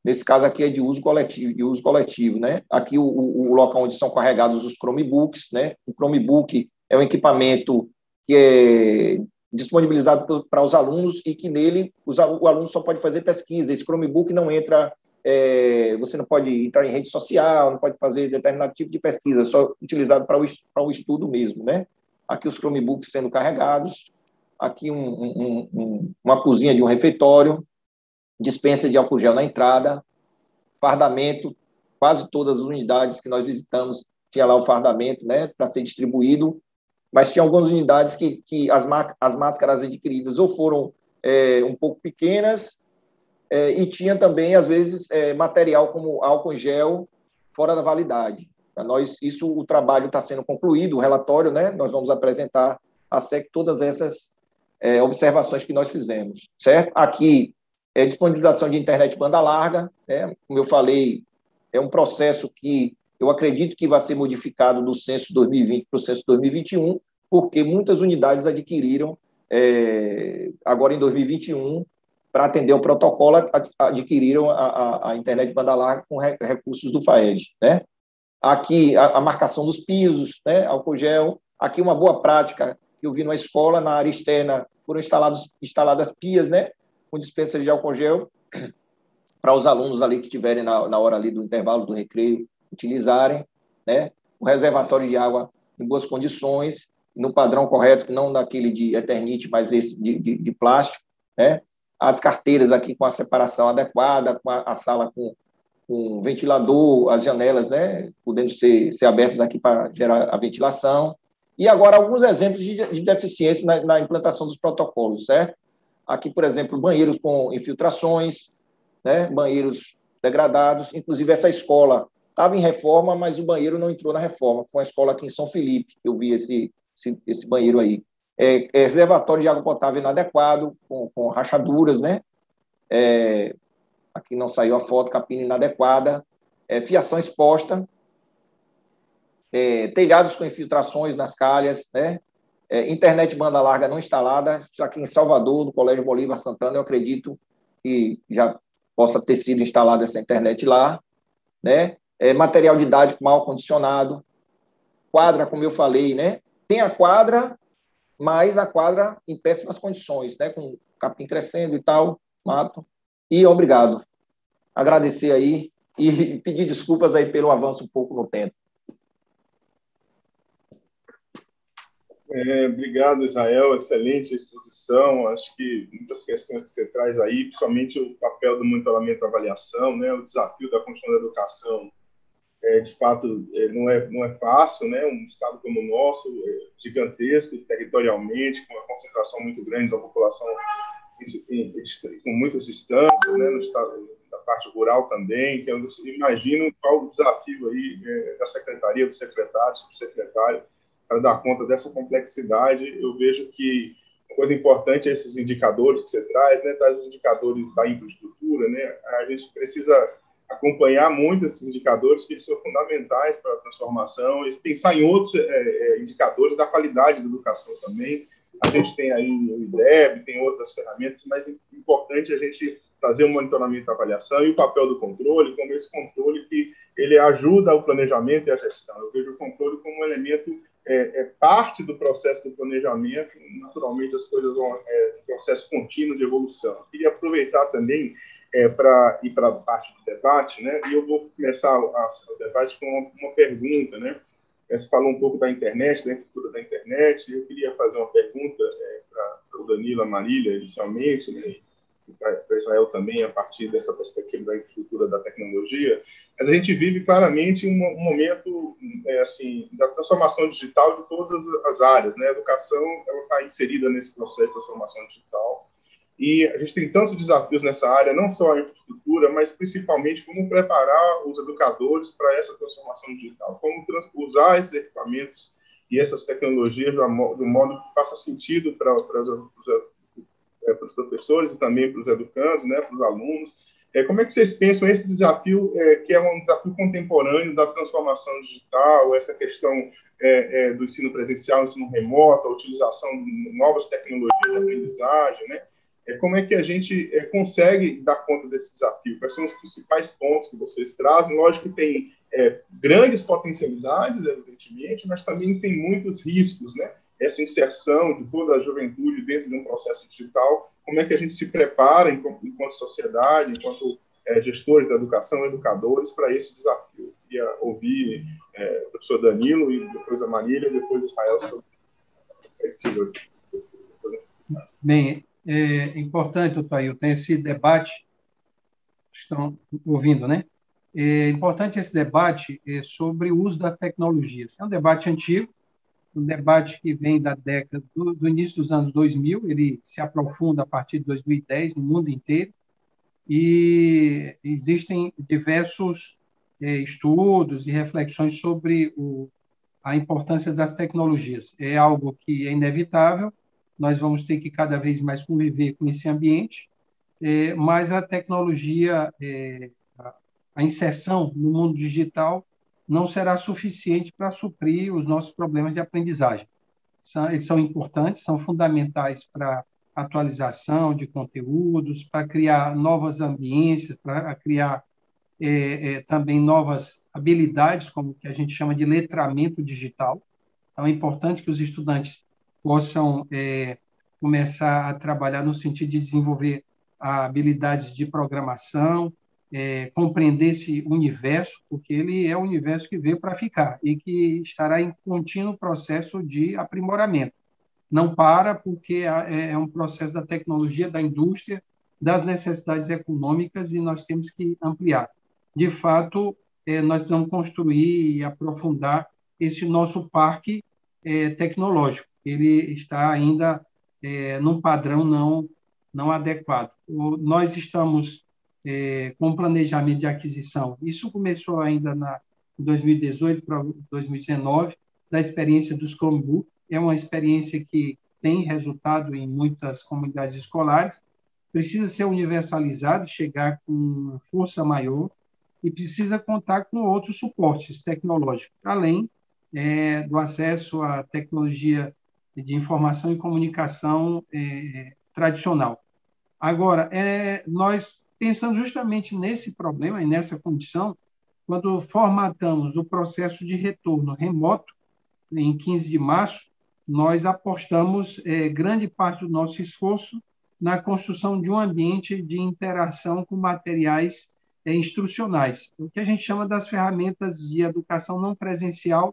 Nesse caso aqui é de uso coletivo, de uso coletivo, né? Aqui o, o, o local onde são carregados os Chromebooks, né? O Chromebook é um equipamento que é disponibilizado para os alunos e que nele os, o aluno só pode fazer pesquisa. Esse Chromebook não entra, é, você não pode entrar em rede social, não pode fazer determinado tipo de pesquisa, só utilizado para o, para o estudo mesmo, né? Aqui os Chromebooks sendo carregados, aqui um, um, um, uma cozinha de um refeitório, dispensa de álcool gel na entrada, fardamento, quase todas as unidades que nós visitamos tinha lá o fardamento, né, para ser distribuído, mas tinha algumas unidades que, que as, as máscaras adquiridas ou foram é, um pouco pequenas é, e tinha também, às vezes, é, material como álcool em gel fora da validade. Para nós, isso, o trabalho está sendo concluído, o relatório, né, nós vamos apresentar à S E C todas essas é, observações que nós fizemos, certo? Aqui, é disponibilização de internet banda larga, né? Como eu falei, é um processo que eu acredito que vai ser modificado do censo dois mil e vinte para o censo dois mil e vinte e um, porque muitas unidades adquiriram, é, agora em dois mil e vinte e um, para atender o protocolo, adquiriram a, a, a internet banda larga com re, recursos do FAED, né? Aqui, a, a marcação dos pisos, né? Álcool gel. Aqui, uma boa prática que eu vi numa escola, na área externa, foram instalados, instaladas pias, né? Com dispensa de álcool gel, para os alunos ali que estiverem na, na hora ali do intervalo, do recreio, utilizarem, né? O reservatório de água em boas condições, no padrão correto, não daquele de Eternit, mas esse de, de, de plástico, né? As carteiras aqui com a separação adequada, com a, a sala com, com ventilador, as janelas, né? Podendo ser, ser abertas daqui para gerar a ventilação. E agora, alguns exemplos de, de deficiência na, na implantação dos protocolos, certo? Aqui, por exemplo, banheiros com infiltrações, né? Banheiros degradados. Inclusive, essa escola estava em reforma, mas o banheiro não entrou na reforma. Foi uma escola aqui em São Felipe, que eu vi esse, esse, esse banheiro aí. É, é reservatório de água potável inadequado, com, com rachaduras, né? É, aqui não saiu a foto, capina inadequada. É, fiação exposta. É, telhados com infiltrações nas calhas, né? É, internet banda larga não instalada, aqui em Salvador, no Colégio Bolívar Santana, eu acredito que já possa ter sido instalada essa internet lá, né? É, material didático mal acondicionado, quadra, como eu falei, né? Tem a quadra, mas a quadra em péssimas condições, né? Com capim crescendo e tal, mato. E obrigado. Agradecer aí e pedir desculpas aí pelo avanço um pouco no tempo. É, obrigado, Israel. Excelente exposição. Acho que muitas questões que você traz aí, principalmente o papel do monitoramento e avaliação, né? O desafio da construção da educação, é, de fato, é, não, é, não é fácil, né? Um estado como o nosso, é, gigantesco territorialmente, com uma concentração muito grande da população em, em, com muitas distâncias, né? No estado, na parte rural também. Que eu imagino qual o desafio aí é, da secretaria, do secretário, do subsecretário, para dar conta dessa complexidade. Eu vejo que uma coisa importante é esses indicadores que você traz, né? Traz os indicadores da infraestrutura, né? A gente precisa acompanhar muito esses indicadores, que são fundamentais para a transformação, e pensar em outros é, é, indicadores da qualidade da educação também. A gente tem aí o I D E B, tem outras ferramentas, mas é importante a gente fazer o monitoramento e avaliação e o papel do controle, como esse controle que ele ajuda o planejamento e a gestão. Eu vejo o controle como um elemento, é, é parte do processo do planejamento. Naturalmente, as coisas vão, é um processo contínuo de evolução. Eu queria aproveitar também é, para ir para a parte do debate, né? E eu vou começar a, a, o debate com uma, uma pergunta, né? Você falou um pouco da internet, da infraestrutura da internet. Eu queria fazer uma pergunta é, para o Danilo, a Marília, inicialmente, né? E para Israel também, a partir dessa perspectiva da infraestrutura da tecnologia. Mas a gente vive claramente um, um momento é, assim, da transformação digital de todas as áreas, né? A educação está inserida nesse processo de transformação digital. E a gente tem tantos desafios nessa área, não só a infraestrutura, mas principalmente como preparar os educadores para essa transformação digital, como usar esses equipamentos e essas tecnologias de um modo que faça sentido para, para, os, para os professores e também para os educandos, né, para os alunos. É, como é que vocês pensam esse desafio, é, que é um desafio contemporâneo da transformação digital, essa questão é, é, do ensino presencial, ensino remoto, a utilização de novas tecnologias de aprendizagem, né? é como é que a gente é, consegue dar conta desse desafio? Quais são os principais pontos que vocês trazem? Lógico que tem é, grandes potencialidades, evidentemente, mas também tem muitos riscos, né? Essa inserção de toda a juventude dentro de um processo digital, como é que a gente se prepara enquanto, enquanto sociedade, enquanto é, gestores da educação, educadores, para esse desafio? Eu queria ouvir é, o professor Danilo, e depois a Marília, e depois o Israel sobre a perspectiva. Bem, é importante, doutor Ailton, esse debate, estão ouvindo, né? É importante esse debate sobre o uso das tecnologias. É um debate antigo, um debate que vem da década do, do início dos anos dois mil, ele se aprofunda a partir de dois mil e dez no mundo inteiro, e existem diversos é, estudos e reflexões sobre o, a importância das tecnologias. É algo que é inevitável, nós vamos ter que cada vez mais conviver com esse ambiente, é, mas a tecnologia, é, a inserção no mundo digital não será suficiente para suprir os nossos problemas de aprendizagem. São, eles são importantes, são fundamentais para atualização de conteúdos, para criar novas ambiências, para criar é, é, também novas habilidades, como que a gente chama de letramento digital. Então, é importante que os estudantes possam é, começar a trabalhar no sentido de desenvolver habilidades de programação, é, compreender esse universo, porque ele é um universo que veio para ficar e que estará em contínuo processo de aprimoramento. Não para, porque é um processo da tecnologia, da indústria, das necessidades econômicas, e nós temos que ampliar. De fato, é, nós vamos construir e aprofundar esse nosso parque é, tecnológico. Ele está ainda é, num padrão não, não adequado. O, nós estamos é, com planejamento de aquisição. Isso começou ainda na, em dois mil e dezoito para dois mil e dezenove, da experiência dos Chromebook. É uma experiência que tem resultado em muitas comunidades escolares, precisa ser universalizada, chegar com força maior, e precisa contar com outros suportes tecnológicos, além é, do acesso à tecnologia de informação e comunicação é, tradicional. Agora, é, nós pensando justamente nesse problema e nessa condição, quando formatamos o processo de retorno remoto, em quinze de março, nós apostamos é, grande parte do nosso esforço na construção de um ambiente de interação com materiais é, instrucionais, o que a gente chama das ferramentas de educação não presencial,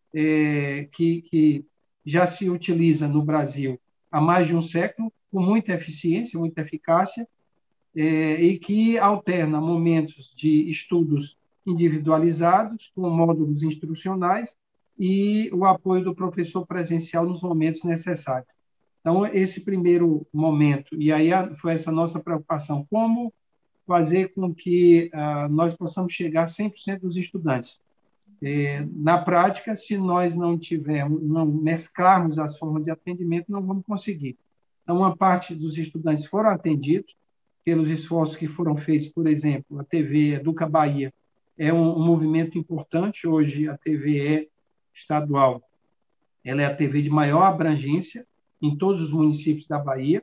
é, que, que já se utiliza no Brasil há mais de um século, com muita eficiência, muita eficácia, é, e que alterna momentos de estudos individualizados, com módulos instrucionais, e o apoio do professor presencial nos momentos necessários. Então, esse primeiro momento, e aí foi essa nossa preocupação, como fazer com que uh, nós possamos chegar a cem por cento dos estudantes. É, na prática, se nós não tivermos, não mesclarmos as formas de atendimento, não vamos conseguir. Então, uma parte dos estudantes foram atendidos pelos esforços que foram feitos, por exemplo, a T V Educa Bahia é um, um movimento importante. Hoje, a T V é estadual, ela é a T V de maior abrangência em todos os municípios da Bahia.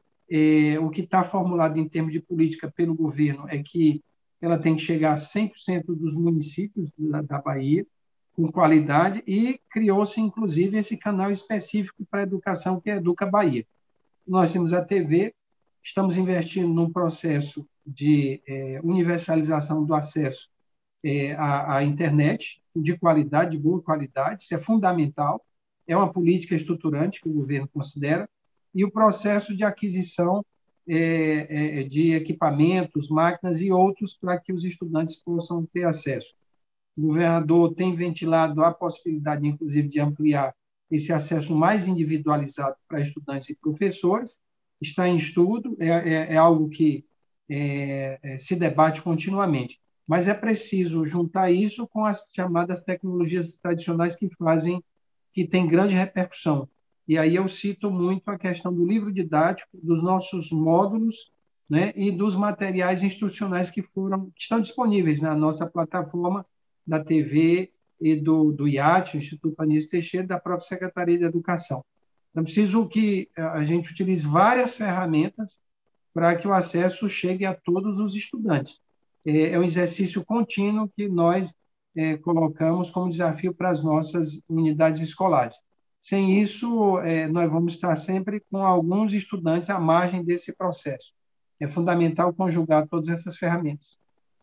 É, o que está formulado em termos de política pelo governo é que ela tem que chegar a cem por cento dos municípios da, da Bahia, com qualidade, e criou-se, inclusive, esse canal específico para a educação, que é Educa Bahia. Nós temos a T V, estamos investindo num processo de é, universalização do acesso é, à, à internet, de qualidade, de boa qualidade, isso é fundamental, é uma política estruturante que o governo considera, e o processo de aquisição é, é, de equipamentos, máquinas e outros para que os estudantes possam ter acesso. O governador tem ventilado a possibilidade, inclusive, de ampliar esse acesso mais individualizado para estudantes e professores, está em estudo, é, é, é algo que é, é, se debate continuamente, mas é preciso juntar isso com as chamadas tecnologias tradicionais que fazem, que têm grande repercussão. E aí eu cito muito a questão do livro didático, dos nossos módulos, né, e dos materiais instrucionais que foram, que estão disponíveis na nossa plataforma da T V e do, do I A T, Instituto Anísio Teixeira, da própria Secretaria de Educação. Então, preciso que a gente utilize várias ferramentas para que o acesso chegue a todos os estudantes. É, é um exercício contínuo que nós é, colocamos como desafio para as nossas unidades escolares. Sem isso, é, nós vamos estar sempre com alguns estudantes à margem desse processo. É fundamental conjugar todas essas ferramentas.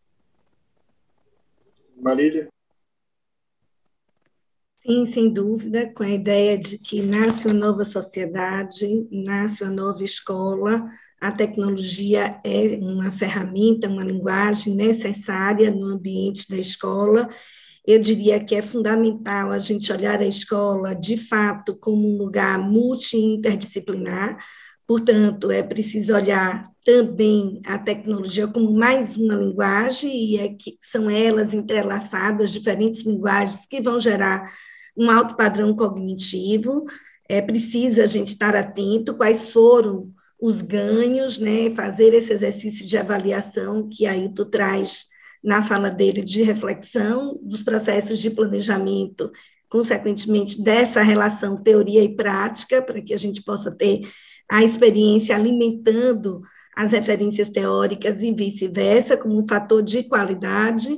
Marília? Sim, sem dúvida, com a ideia de que nasce uma nova sociedade, nasce uma nova escola, a tecnologia é uma ferramenta, uma linguagem necessária no ambiente da escola. Eu diria que é fundamental a gente olhar a escola, de fato, como um lugar multi-interdisciplinar, portanto, é preciso olhar também a tecnologia como mais uma linguagem, e é que são elas entrelaçadas, diferentes linguagens que vão gerar um alto padrão cognitivo. É preciso a gente estar atento quais foram os ganhos, né, fazer esse exercício de avaliação que aí tu traz na fala dele, de reflexão dos processos de planejamento, consequentemente dessa relação teoria e prática, para que a gente possa ter a experiência alimentando as referências teóricas e vice-versa, como um fator de qualidade.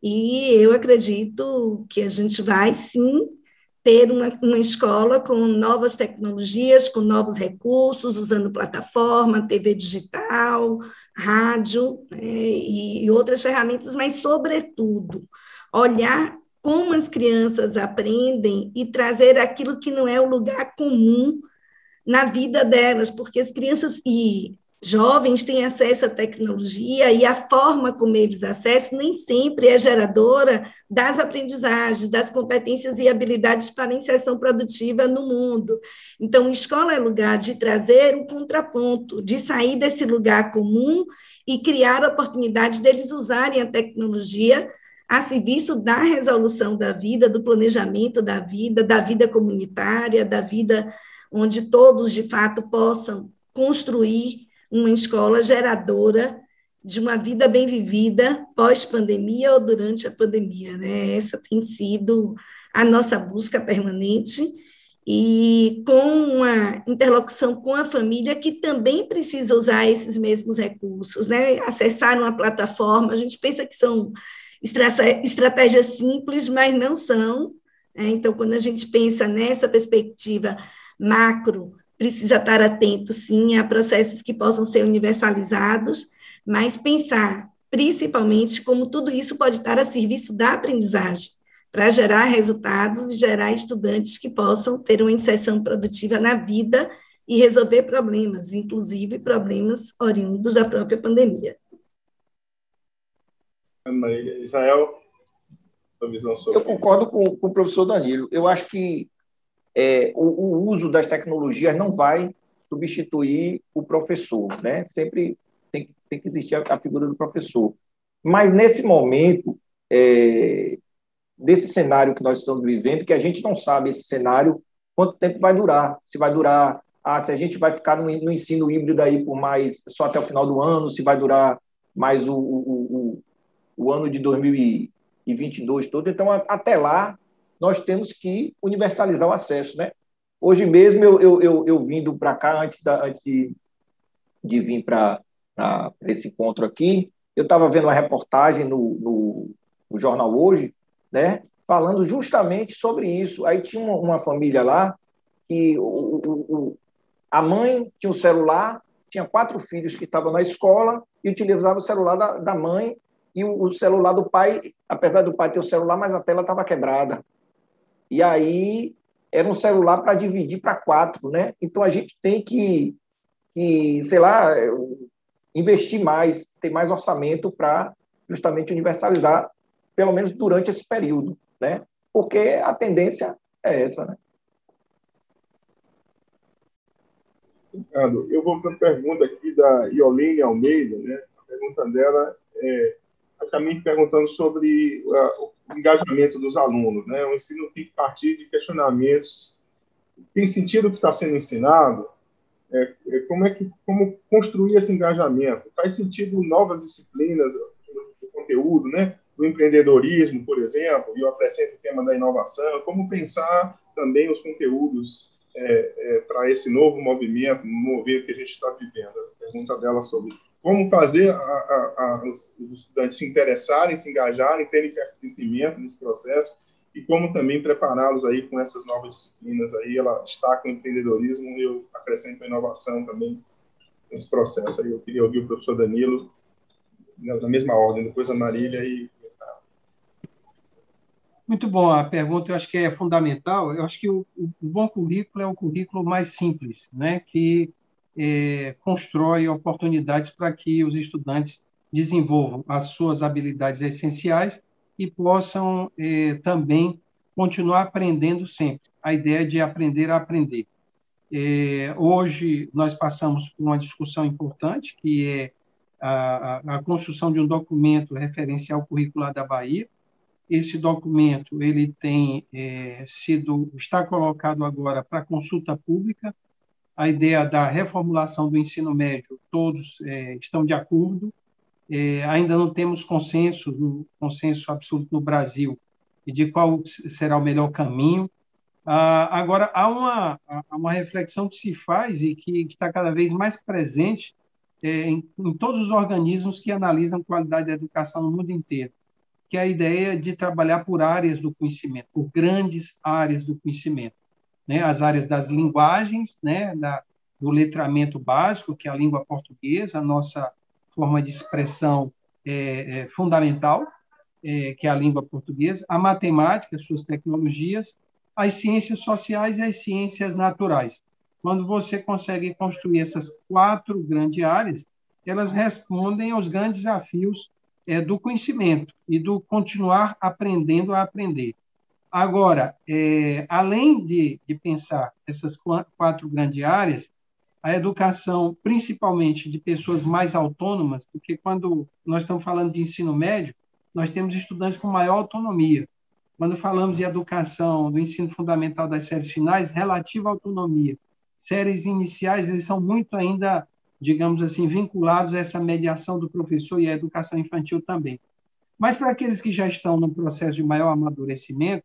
E eu acredito que a gente vai, sim, ter uma, uma escola com novas tecnologias, com novos recursos, usando plataforma, T V digital, rádio, né, e, e outras ferramentas, mas, sobretudo, olhar como as crianças aprendem e trazer aquilo que não é o lugar comum na vida delas, porque as crianças e jovens têm acesso à tecnologia e a forma como eles acessam nem sempre é geradora das aprendizagens, das competências e habilidades para a inserção produtiva no mundo. Então, escola é lugar de trazer o contraponto, de sair desse lugar comum e criar a oportunidade deles usarem a tecnologia a serviço da resolução da vida, do planejamento da vida, da vida comunitária, da vida onde todos, de fato, possam construir uma escola geradora de uma vida bem vivida pós-pandemia ou durante a pandemia, né? Essa tem sido a nossa busca permanente, e com uma interlocução com a família, que também precisa usar esses mesmos recursos, né? Acessar uma plataforma, a gente pensa que são estratégias simples, mas não são, né? Então, quando a gente pensa nessa perspectiva macro, precisa estar atento, sim, a processos que possam ser universalizados, mas pensar, principalmente, como tudo isso pode estar a serviço da aprendizagem, para gerar resultados e gerar estudantes que possam ter uma inserção produtiva na vida e resolver problemas, inclusive problemas oriundos da própria pandemia. Israel, sua visão sobre... Eu concordo com, com o professor Danilo. Eu acho que É, o, o uso das tecnologias não vai substituir o professor, né? Sempre tem, tem que existir a, a figura do professor. Mas, nesse momento, é, desse cenário que nós estamos vivendo, que a gente não sabe esse cenário, quanto tempo vai durar. Se vai durar, ah, se a gente vai ficar no, no ensino híbrido aí por mais, só até o final do ano, se vai durar mais o, o, o, o ano de dois mil e vinte e dois todo. Então, a, até lá, nós temos que universalizar o acesso, né? Hoje mesmo, eu, eu, eu, eu vindo para cá, antes, da, antes de, de vir para esse encontro aqui, eu estava vendo uma reportagem no, no, no jornal Hoje, né, falando justamente sobre isso. Aí tinha uma, uma família lá, que o, o, o, a mãe tinha um celular, tinha quatro filhos que estavam na escola e utilizavam o celular da, da mãe, e o, o celular do pai, apesar do pai ter o celular, mas a tela estava quebrada. E aí era um celular para dividir para quatro, né? Então a gente tem que, que, sei lá, investir mais, ter mais orçamento para justamente universalizar, pelo menos durante esse período, né? Porque a tendência é essa, né? Ricardo, eu vou para uma pergunta aqui da Iolene Almeida, né? A pergunta dela é basicamente perguntando sobre uh, o engajamento dos alunos, né? O ensino tem que partir de questionamentos. Tem sentido o que está sendo ensinado? É, é, como é que como construir esse engajamento? Faz sentido novas disciplinas do, do conteúdo, né? Do empreendedorismo, por exemplo, e eu acrescento o tema da inovação. Como pensar também os conteúdos é, é, para esse novo movimento, no movimento que a gente está vivendo? pergunta dela sobre como fazer a, a, a, os, os estudantes se interessarem, se engajarem, terem pertencimento nesse processo, e como também prepará-los aí com essas novas disciplinas. Aí ela destaca o empreendedorismo e eu acrescento a inovação também nesse processo. Aí eu queria ouvir o professor Danilo na mesma ordem, depois a Marília e... Muito bom, a pergunta eu acho que é fundamental. Eu acho que o, o bom currículo é o currículo mais simples, né? Que é, constrói oportunidades para que os estudantes desenvolvam as suas habilidades essenciais e possam é, também continuar aprendendo sempre. A ideia de aprender a aprender. É, hoje, nós passamos por uma discussão importante, que é a, a, a construção de um documento referencial curricular da Bahia. Esse documento ele tem é, sido está colocado agora para consulta pública. A ideia da reformulação do ensino médio, todos é, estão de acordo. É, ainda não temos consenso, no, consenso absoluto no Brasil de qual será o melhor caminho. Ah, agora, há uma, há uma reflexão que se faz e que, que está cada vez mais presente é, em, em todos os organismos que analisam qualidade da educação no mundo inteiro, que é a ideia de trabalhar por áreas do conhecimento, por grandes áreas do conhecimento, né? As áreas das linguagens, né? Da, do letramento básico, que é a língua portuguesa, a nossa forma de expressão é, é fundamental, é, que é a língua portuguesa, a matemática, suas tecnologias, as ciências sociais e as ciências naturais. Quando você consegue construir essas quatro grandes áreas, elas respondem aos grandes desafios é, do conhecimento e do continuar aprendendo a aprender. Agora, é, além de, de pensar essas quatro grandes áreas, a educação, principalmente de pessoas mais autônomas, porque quando nós estamos falando de ensino médio, nós temos estudantes com maior autonomia. Quando falamos de educação, do ensino fundamental das séries finais, relativa autonomia. Séries iniciais, eles são muito ainda, digamos assim, vinculados a essa mediação do professor e à educação infantil também. Mas para aqueles que já estão no processo de maior amadurecimento,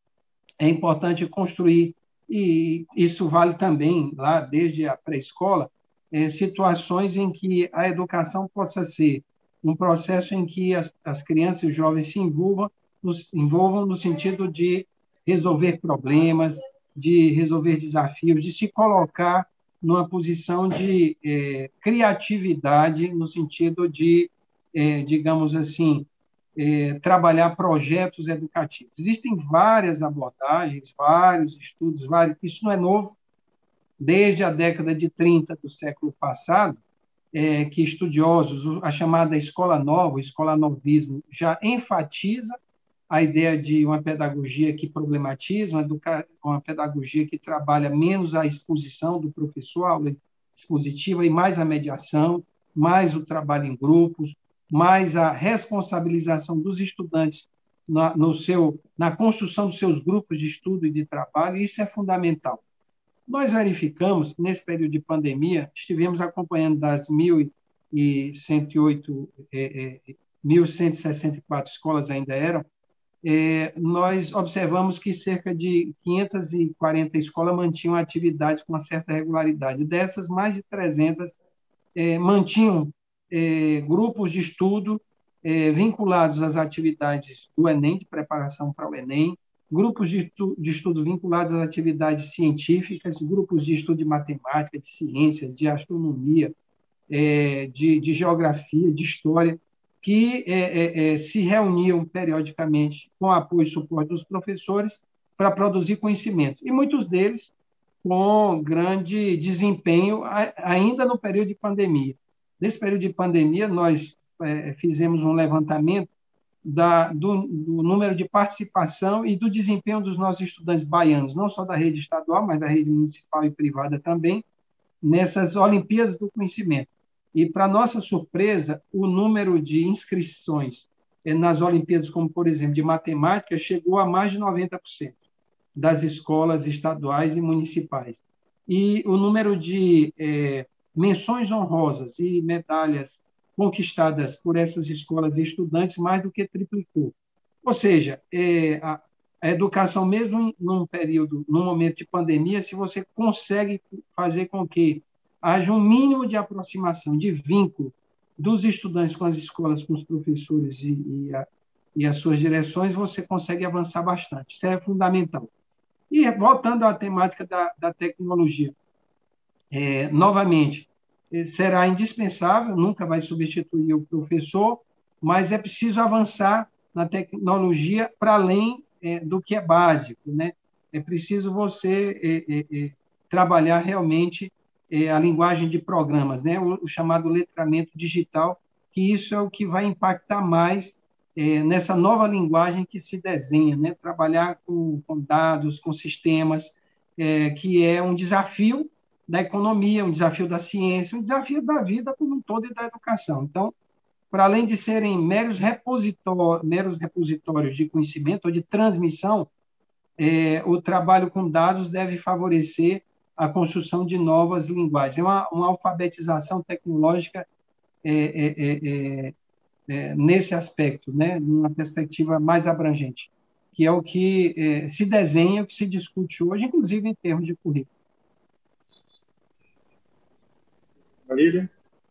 é importante construir, e isso vale também lá desde a pré-escola, é, situações em que a educação possa ser um processo em que as, as crianças e os jovens se envolvam no, envolvam no sentido de resolver problemas, de resolver desafios, de se colocar numa posição de é, criatividade, no sentido de, é, digamos assim, é, trabalhar projetos educativos. Existem várias abordagens, vários estudos, vários, isso não é novo. Desde a década de trinta do século passado, é, que estudiosos, a chamada escola nova, o escolanovismo, já enfatiza a ideia de uma pedagogia que problematiza, uma, educa... uma pedagogia que trabalha menos a exposição do professor, a aula expositiva, e mais a mediação, mais o trabalho em grupos, mais a responsabilização dos estudantes na, no seu, na construção dos seus grupos de estudo e de trabalho. Isso é fundamental. Nós verificamos que, nesse período de pandemia, estivemos acompanhando das mil cento e oito, eh, eh, mil cento e sessenta e quatro escolas ainda eram, eh, nós observamos que cerca de quinhentas e quarenta escolas mantinham atividades com uma certa regularidade. Dessas, mais de trezentas eh, mantinham eh, grupos de estudo eh, vinculados às atividades do Enem, de preparação para o Enem, grupos de, de estudo vinculados às atividades científicas, grupos de estudo de matemática, de ciências, de astronomia, é, de, de geografia, de história, que é, é, se reuniam periodicamente com apoio e suporte dos professores para produzir conhecimento. E muitos deles com grande desempenho ainda no período de pandemia. Nesse período de pandemia, nós é, fizemos um levantamento Da, do, do número de participação e do desempenho dos nossos estudantes baianos, não só da rede estadual, mas da rede municipal e privada também, nessas Olimpíadas do Conhecimento. E, para nossa surpresa, o número de inscrições nas Olimpíadas, como, por exemplo, de matemática, chegou a mais de noventa por cento das escolas estaduais e municipais. E o número de é, menções honrosas e medalhas conquistadas por essas escolas e estudantes mais do que triplicou. Ou seja, é, a, a educação, mesmo em, num período, num momento de pandemia, se você consegue fazer com que haja um mínimo de aproximação, de vínculo dos estudantes com as escolas, com os professores e, e, a, e as suas direções, você consegue avançar bastante. Isso é fundamental. E, voltando à temática da, da tecnologia, é, novamente, será indispensável, nunca vai substituir o professor, mas é preciso avançar na tecnologia para além é, do que é básico, né? É preciso você é, é, é, trabalhar realmente é, a linguagem de programas, né? O, o chamado letramento digital, que isso é o que vai impactar mais é, nessa nova linguagem que se desenha, né? Trabalhar com, com dados, com sistemas, é, que é um desafio da economia, um desafio da ciência, um desafio da vida como um todo e da educação. Então, para além de serem meros, repositó meros repositórios de conhecimento ou de transmissão, é, o trabalho com dados deve favorecer a construção de novas linguagens. É uma, uma alfabetização tecnológica é, é, é, é, nesse aspecto, né, numa perspectiva mais abrangente, que é o que é, se desenha, o que se discute hoje, inclusive em termos de currículo. Marília?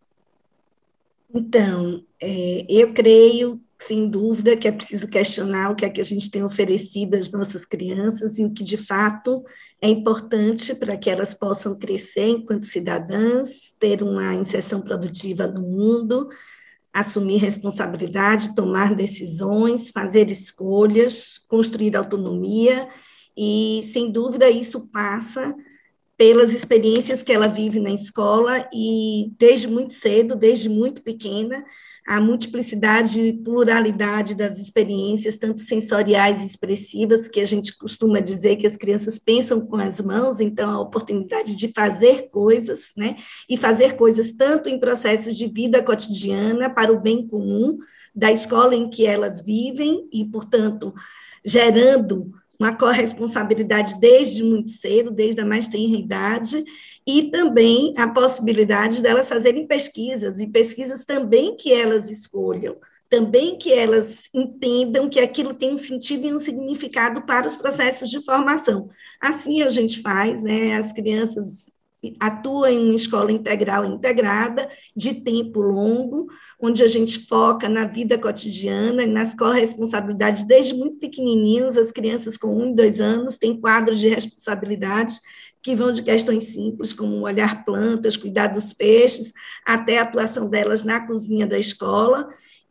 Então, é, eu creio, sem dúvida, que é preciso questionar o que é que a gente tem oferecido às nossas crianças e o que, de fato, é importante para que elas possam crescer enquanto cidadãs, ter uma inserção produtiva no mundo, assumir responsabilidade, tomar decisões, fazer escolhas, construir autonomia, e, sem dúvida, isso passa pelas experiências que ela vive na escola e, desde muito cedo, desde muito pequena, a multiplicidade e pluralidade das experiências, tanto sensoriais e expressivas, que a gente costuma dizer que as crianças pensam com as mãos, então a oportunidade de fazer coisas, né, e fazer coisas tanto em processos de vida cotidiana, para o bem comum da escola em que elas vivem e, portanto, gerando uma corresponsabilidade desde muito cedo, desde a mais tenra idade, e também a possibilidade delas fazerem pesquisas, e pesquisas também que elas escolham, também que elas entendam que aquilo tem um sentido e um significado para os processos de formação. Assim a gente faz, né, as crianças atua em uma escola integral integrada, de tempo longo, onde a gente foca na vida cotidiana e nas corresponsabilidades desde muito pequenininhos. As crianças com um e dois anos têm quadros de responsabilidades que vão de questões simples, como olhar plantas, cuidar dos peixes, até a atuação delas na cozinha da escola,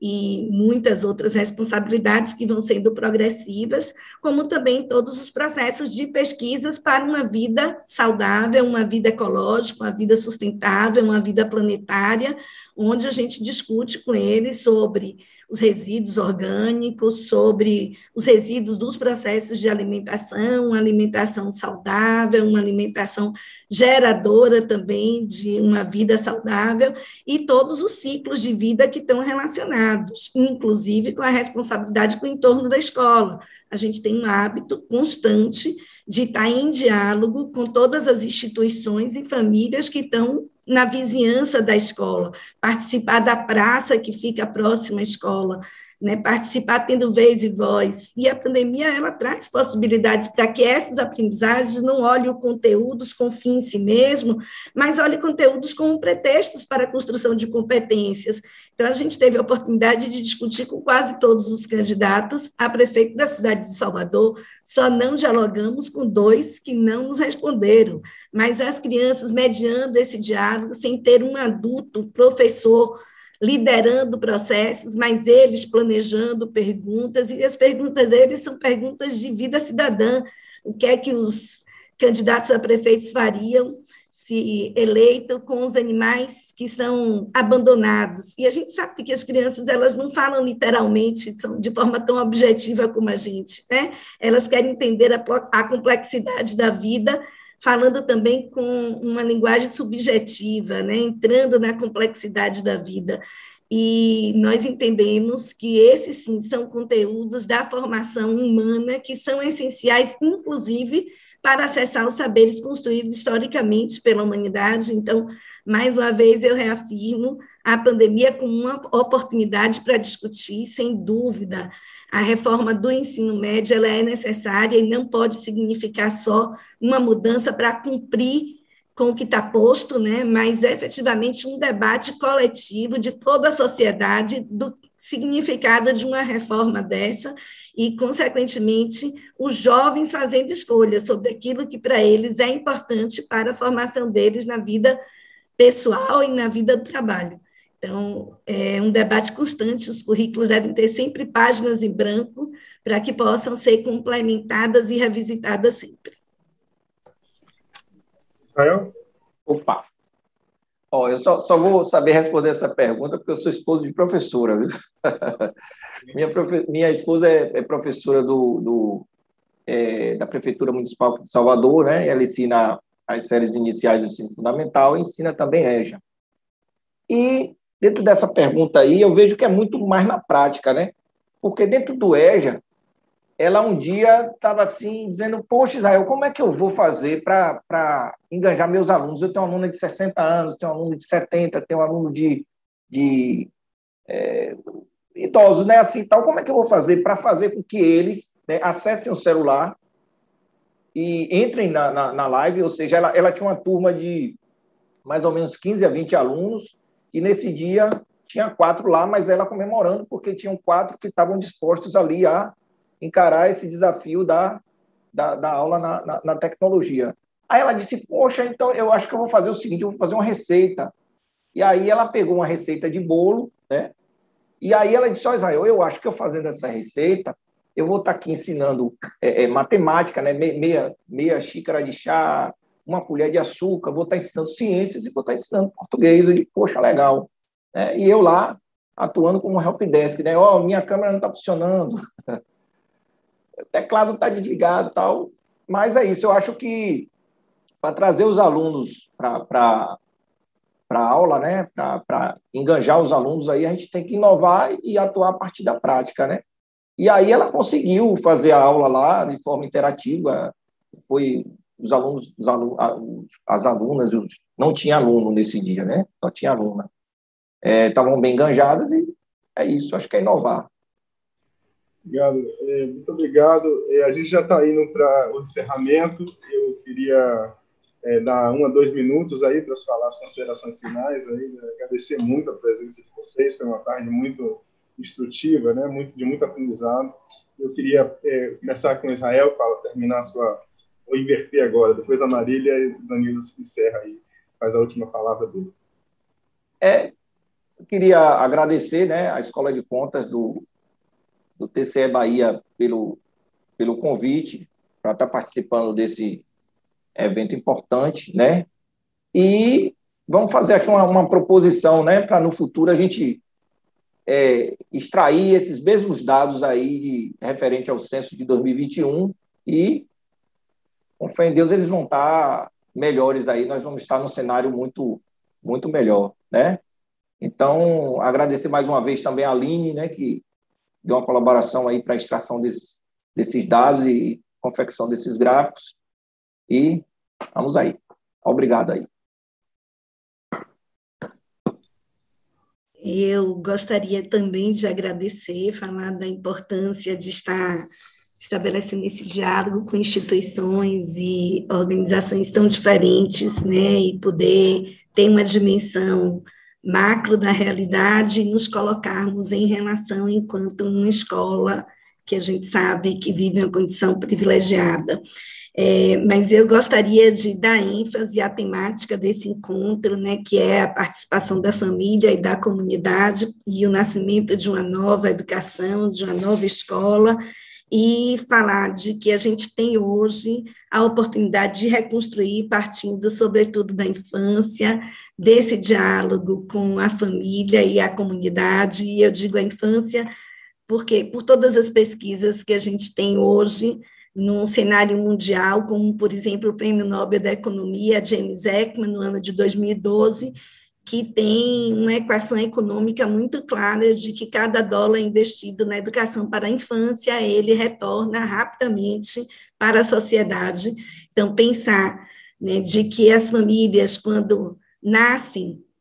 e muitas outras responsabilidades que vão sendo progressivas, como também todos os processos de pesquisas para uma vida saudável, uma vida ecológica, uma vida sustentável, uma vida planetária, onde a gente discute com eles sobre os resíduos orgânicos, sobre os resíduos dos processos de alimentação, uma alimentação saudável, uma alimentação geradora também de uma vida saudável, e todos os ciclos de vida que estão relacionados, inclusive com a responsabilidade com o entorno da escola. A gente tem um hábito constante de estar em diálogo com todas as instituições e famílias que estão na vizinhança da escola, participar da praça que fica próxima à escola, né, participar tendo vez e voz. E a pandemia, ela traz possibilidades para que essas aprendizagens não olhem os conteúdos com fim em si mesmo, mas olhem conteúdos como pretextos para a construção de competências. Então, a gente teve a oportunidade de discutir com quase todos os candidatos a prefeito da cidade de Salvador, só não dialogamos com dois que não nos responderam, mas as crianças, mediando esse diálogo, sem ter um adulto, professor, liderando processos, mas eles planejando perguntas, e as perguntas deles são perguntas de vida cidadã. O que é que os candidatos a prefeitos fariam se eleito com os animais que são abandonados? E a gente sabe que as crianças, elas não falam literalmente são de forma tão objetiva como a gente, né? Elas querem entender a, a complexidade da vida, falando também com uma linguagem subjetiva, né, entrando na complexidade da vida. E nós entendemos que esses, sim, são conteúdos da formação humana que são essenciais, inclusive, para acessar os saberes construídos historicamente pela humanidade. Então, mais uma vez, eu reafirmo a pandemia como uma oportunidade para discutir, sem dúvida, a reforma do ensino médio. Ela é necessária e não pode significar só uma mudança para cumprir com o que está posto, né, mas efetivamente um debate coletivo de toda a sociedade do significado de uma reforma dessa e, consequentemente, os jovens fazendo escolhas sobre aquilo que para eles é importante para a formação deles na vida pessoal e na vida do trabalho. Então, é um debate constante, os currículos devem ter sempre páginas em branco para que possam ser complementadas e revisitadas sempre. Israel? Opa! Ó, eu só, só vou saber responder essa pergunta porque eu sou esposo de professora, viu? minha, profe... minha esposa é, é professora do, do, é, da Prefeitura Municipal de Salvador, né? Ela ensina as séries iniciais do ensino fundamental e ensina também EJA. E dentro dessa pergunta aí, eu vejo que é muito mais na prática, né? Porque dentro do EJA, ela um dia estava assim, dizendo, poxa, Israel, como é que eu vou fazer para enganjar meus alunos? Eu tenho um aluno de sessenta anos, tenho um aluno de setenta, tenho um aluno de, de é, idosos, né? Assim, tal, como é que eu vou fazer para fazer com que eles, né, acessem o celular e entrem na, na, na live? Ou seja, ela, ela tinha uma turma de mais ou menos quinze a vinte alunos, e nesse dia tinha quatro lá, mas ela comemorando, porque tinham quatro que estavam dispostos ali a encarar esse desafio da, da, da aula na, na, na tecnologia. Aí ela disse, poxa, então eu acho que eu vou fazer o seguinte, eu vou fazer uma receita. E aí ela pegou uma receita de bolo, né? E aí ela disse, ó, Israel, eu acho que eu fazendo essa receita, eu vou estar aqui ensinando é, é, matemática, né? meia, meia xícara de chá, uma colher de açúcar, vou estar ensinando ciências e vou estar ensinando português. Eu digo, poxa, legal. É, e eu lá, atuando como helpdesk, né? Ó, minha câmera não está funcionando, o teclado está desligado e tal. Mas é isso, eu acho que para trazer os alunos para a aula, né? Para enganjar os alunos, aí a gente tem que inovar e atuar a partir da prática, né? E aí ela conseguiu fazer a aula lá de forma interativa, foi os alunos, os alunos as alunas, os, não tinha aluno nesse dia, né? Só tinha aluna. Estavam é, bem enganjadas e é isso, acho que é inovar. Obrigado, é, muito obrigado. É, a gente já está indo para o encerramento. Eu queria é, dar um a dois minutos aí para falar as considerações finais. Aí, né? Agradecer muito a presença de vocês, foi uma tarde muito instrutiva, né? Muito, de muito aprendizado. Eu queria é, começar com Israel para terminar a sua... Vou inverter agora, depois a Marília e o Danilo se encerra aí, faz a última palavra dele. É, eu queria agradecer, né, a Escola de Contas do do T C E Bahia pelo, pelo convite para estar participando desse evento importante, né? E vamos fazer aqui uma, uma proposição, né, para no futuro a gente é, extrair esses mesmos dados aí de, referente ao censo de dois mil e vinte e um e, com fé em Deus, eles vão estar melhores aí, nós vamos estar num cenário muito, muito melhor, né? Então, agradecer mais uma vez também a Aline, né, que deu uma colaboração aí para a extração desses, desses dados e confecção desses gráficos. E vamos aí. Obrigado aí. Eu gostaria também de agradecer, falar da importância de estar estabelecendo esse diálogo com instituições e organizações tão diferentes, né, e poder ter uma dimensão macro da realidade e nos colocarmos em relação enquanto uma escola que a gente sabe que vive uma condição privilegiada. É, mas eu gostaria de dar ênfase à temática desse encontro, né, que é a participação da família e da comunidade e o nascimento de uma nova educação, de uma nova escola, e falar de que a gente tem hoje a oportunidade de reconstruir, partindo, sobretudo, da infância, desse diálogo com a família e a comunidade, e eu digo a infância porque, por todas as pesquisas que a gente tem hoje, num cenário mundial, como, por exemplo, o Prêmio Nobel da Economia, James Heckman, no ano de dois mil e doze, que tem uma equação econômica muito clara de que cada dólar investido na educação para a infância, ele retorna rapidamente para a sociedade. Então, pensar, né, de que as famílias, quando nascem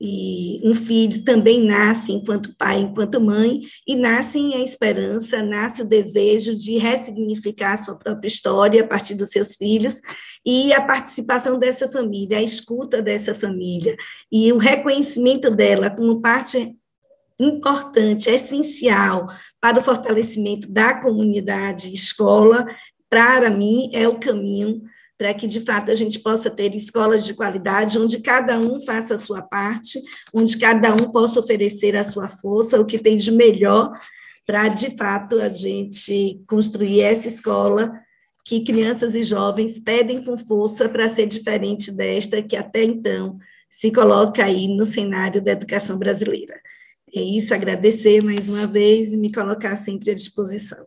e um filho também nasce enquanto pai, enquanto mãe, e nasce a esperança, nasce o desejo de ressignificar a sua própria história a partir dos seus filhos, e a participação dessa família, a escuta dessa família, e o reconhecimento dela como parte importante, essencial para o fortalecimento da comunidade escola, para mim, é o caminho para que, de fato, a gente possa ter escolas de qualidade, onde cada um faça a sua parte, onde cada um possa oferecer a sua força, o que tem de melhor, para, de fato, a gente construir essa escola que crianças e jovens pedem com força para ser diferente desta que, até então, se coloca aí no cenário da educação brasileira. É isso, agradecer mais uma vez e me colocar sempre à disposição.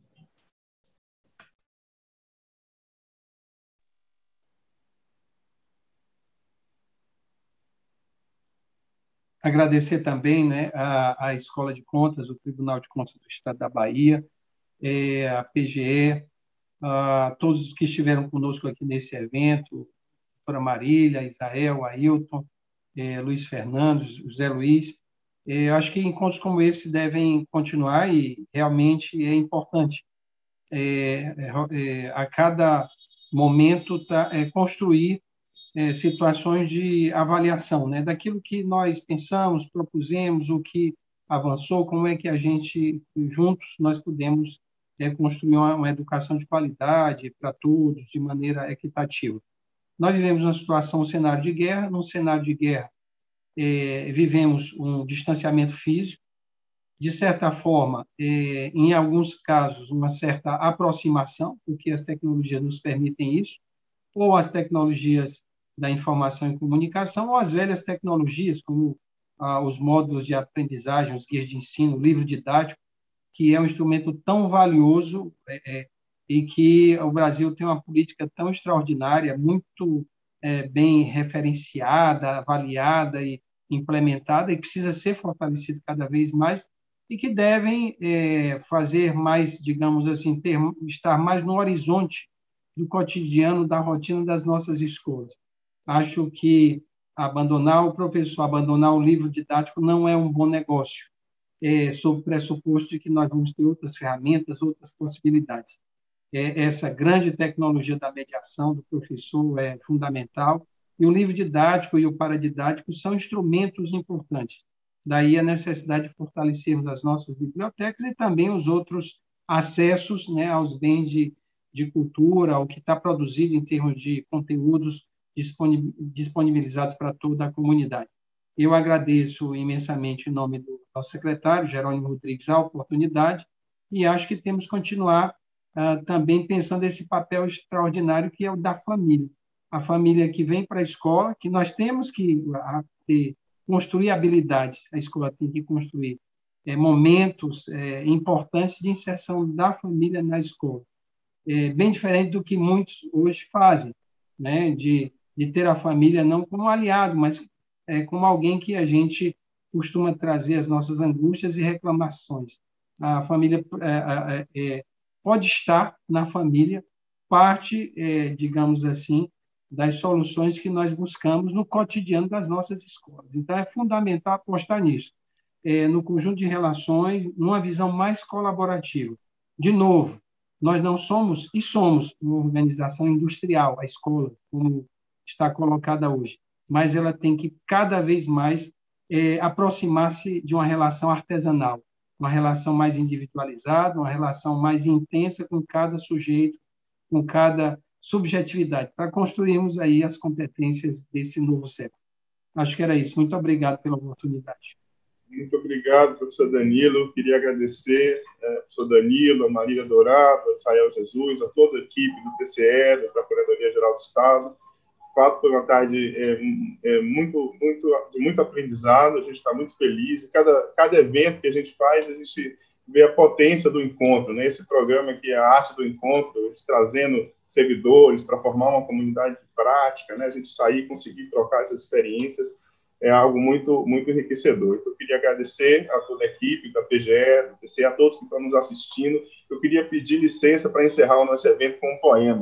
Agradecer também, né, a, a Escola de Contas, o Tribunal de Contas do Estado da Bahia, é, a P G E, a todos os que estiveram conosco aqui nesse evento, a doutora Marília, Israel, Ailton, é, Luiz Fernando, José Luiz. É, acho que encontros como esse devem continuar e realmente é importante. É, é, a cada momento tá, é, construir É, situações de avaliação, né, daquilo que nós pensamos, propusemos, o que avançou, como é que a gente, juntos, nós podemos é, construir uma, uma educação de qualidade para todos, de maneira equitativa. Nós vivemos uma situação, um cenário de guerra, num cenário de guerra é, vivemos um distanciamento físico, de certa forma, é, em alguns casos, uma certa aproximação, porque as tecnologias nos permitem isso, ou as tecnologias da informação e comunicação, ou as velhas tecnologias, como ah, os módulos de aprendizagem, os guias de ensino, o livro didático, que é um instrumento tão valioso é, é, e que o Brasil tem uma política tão extraordinária, muito é, bem referenciada, avaliada e implementada, e precisa ser fortalecido cada vez mais, e que devem é, fazer mais, digamos assim, ter, estar mais no horizonte do cotidiano, da rotina das nossas escolas. Acho que abandonar o professor, abandonar o livro didático não é um bom negócio, é, sob o pressuposto de que nós vamos ter outras ferramentas, outras possibilidades. É, essa grande tecnologia da mediação do professor é fundamental, e o livro didático e o paradidático são instrumentos importantes. Daí a necessidade de fortalecermos as nossas bibliotecas e também os outros acessos, né, aos bens de, de cultura, ao que está produzido em termos de conteúdos disponibilizados para toda a comunidade. Eu agradeço imensamente, em nome do nosso secretário, Jerônimo Rodrigues, a oportunidade, e acho que temos que continuar uh, também pensando esse papel extraordinário que é o da família. A família que vem para a escola, que nós temos que uh, ter, construir habilidades, a escola tem que construir é, momentos é, importantes de inserção da família na escola. É, bem diferente do que muitos hoje fazem, né, de de ter a família não como aliado, mas é, como alguém que a gente costuma trazer as nossas angústias e reclamações. A família é, é, pode estar na família parte, é, digamos assim, das soluções que nós buscamos no cotidiano das nossas escolas. Então, é fundamental apostar nisso, é, no conjunto de relações, numa visão mais colaborativa. De novo, nós não somos, e somos, uma organização industrial, a escola, como está colocada hoje, mas ela tem que cada vez mais é, aproximar-se de uma relação artesanal, uma relação mais individualizada, uma relação mais intensa com cada sujeito, com cada subjetividade, para construirmos aí as competências desse novo século. Acho que era isso. Muito obrigado pela oportunidade. Muito obrigado, professor Danilo. Queria agradecer ao eh, professor Danilo, a Marília Dourado, a Israel Jesus, a toda a equipe do T C E, da Procuradoria-Geral do Estado. De fato, foi uma tarde é, é, muito, muito, de muito aprendizado, a gente está muito feliz, e cada, cada evento que a gente faz, a gente vê a potência do encontro, né? Esse programa aqui é a arte do encontro, a gente trazendo servidores para formar uma comunidade de prática, né? A gente sair e conseguir trocar essas experiências, é algo muito, muito enriquecedor. Então, eu queria agradecer a toda a equipe da P G E, do T C E, a todos que estão nos assistindo. Eu queria pedir licença para encerrar o nosso evento com um poema.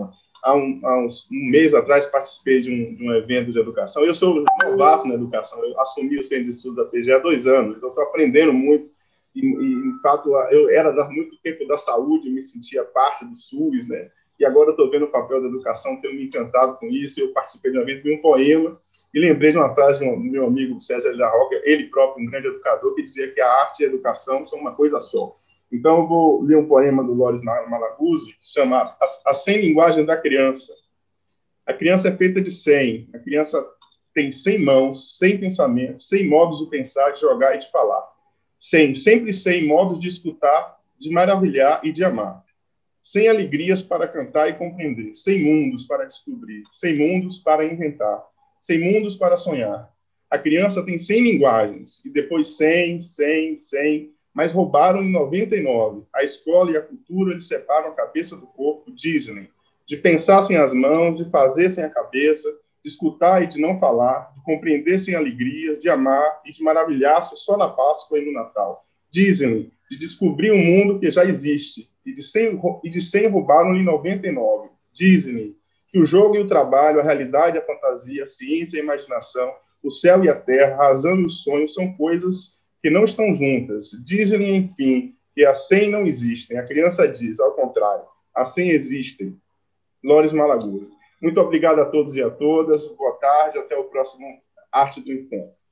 há, um, há uns, um mês atrás, participei de um, de um evento de educação. Eu sou novato na educação, eu assumi o Centro de Estudos da P G há dois anos, então estou aprendendo muito. E, e, em fato, eu era há muito tempo da saúde, me sentia parte do SUS, né? E agora estou vendo o papel da educação, tenho me encantado com isso. Eu participei de um evento de um poema e lembrei de uma frase de um, do meu amigo César da Roca, ele próprio, um grande educador, que dizia que a arte e a educação são uma coisa só. Então, eu vou ler um poema do Loris Malaguzzi, que se chama A Cem Linguagem da Criança. A criança é feita de cem. A criança tem cem mãos, cem pensamentos, cem modos de pensar, de jogar e de falar. cem, sempre cem modos de escutar, de maravilhar e de amar. cem alegrias para cantar e compreender, cem mundos para descobrir, cem mundos para inventar, cem mundos para sonhar. A criança tem cem linguagens, e depois cem, cem, cem, mas roubaram em noventa e nove. A escola e a cultura lhe separam a cabeça do corpo, dizem, de pensar sem as mãos, de fazer sem a cabeça, de escutar e de não falar, de compreender sem alegrias, de amar e de maravilhar-se só na Páscoa e no Natal. Dizem, de descobrir um mundo que já existe, e de cem, e de cem roubaram-lhe noventa e nove. Dizem que o jogo e o trabalho, a realidade e a fantasia, a ciência e a imaginação, o céu e a terra, a razão e o sonho são coisas que não estão juntas. Dizem, enfim, que a cem não existem. A criança diz, ao contrário, a cem existem. Loris Malaguzzi. Muito obrigado a todos e a todas. Boa tarde. Até o próximo Arte do Encontro.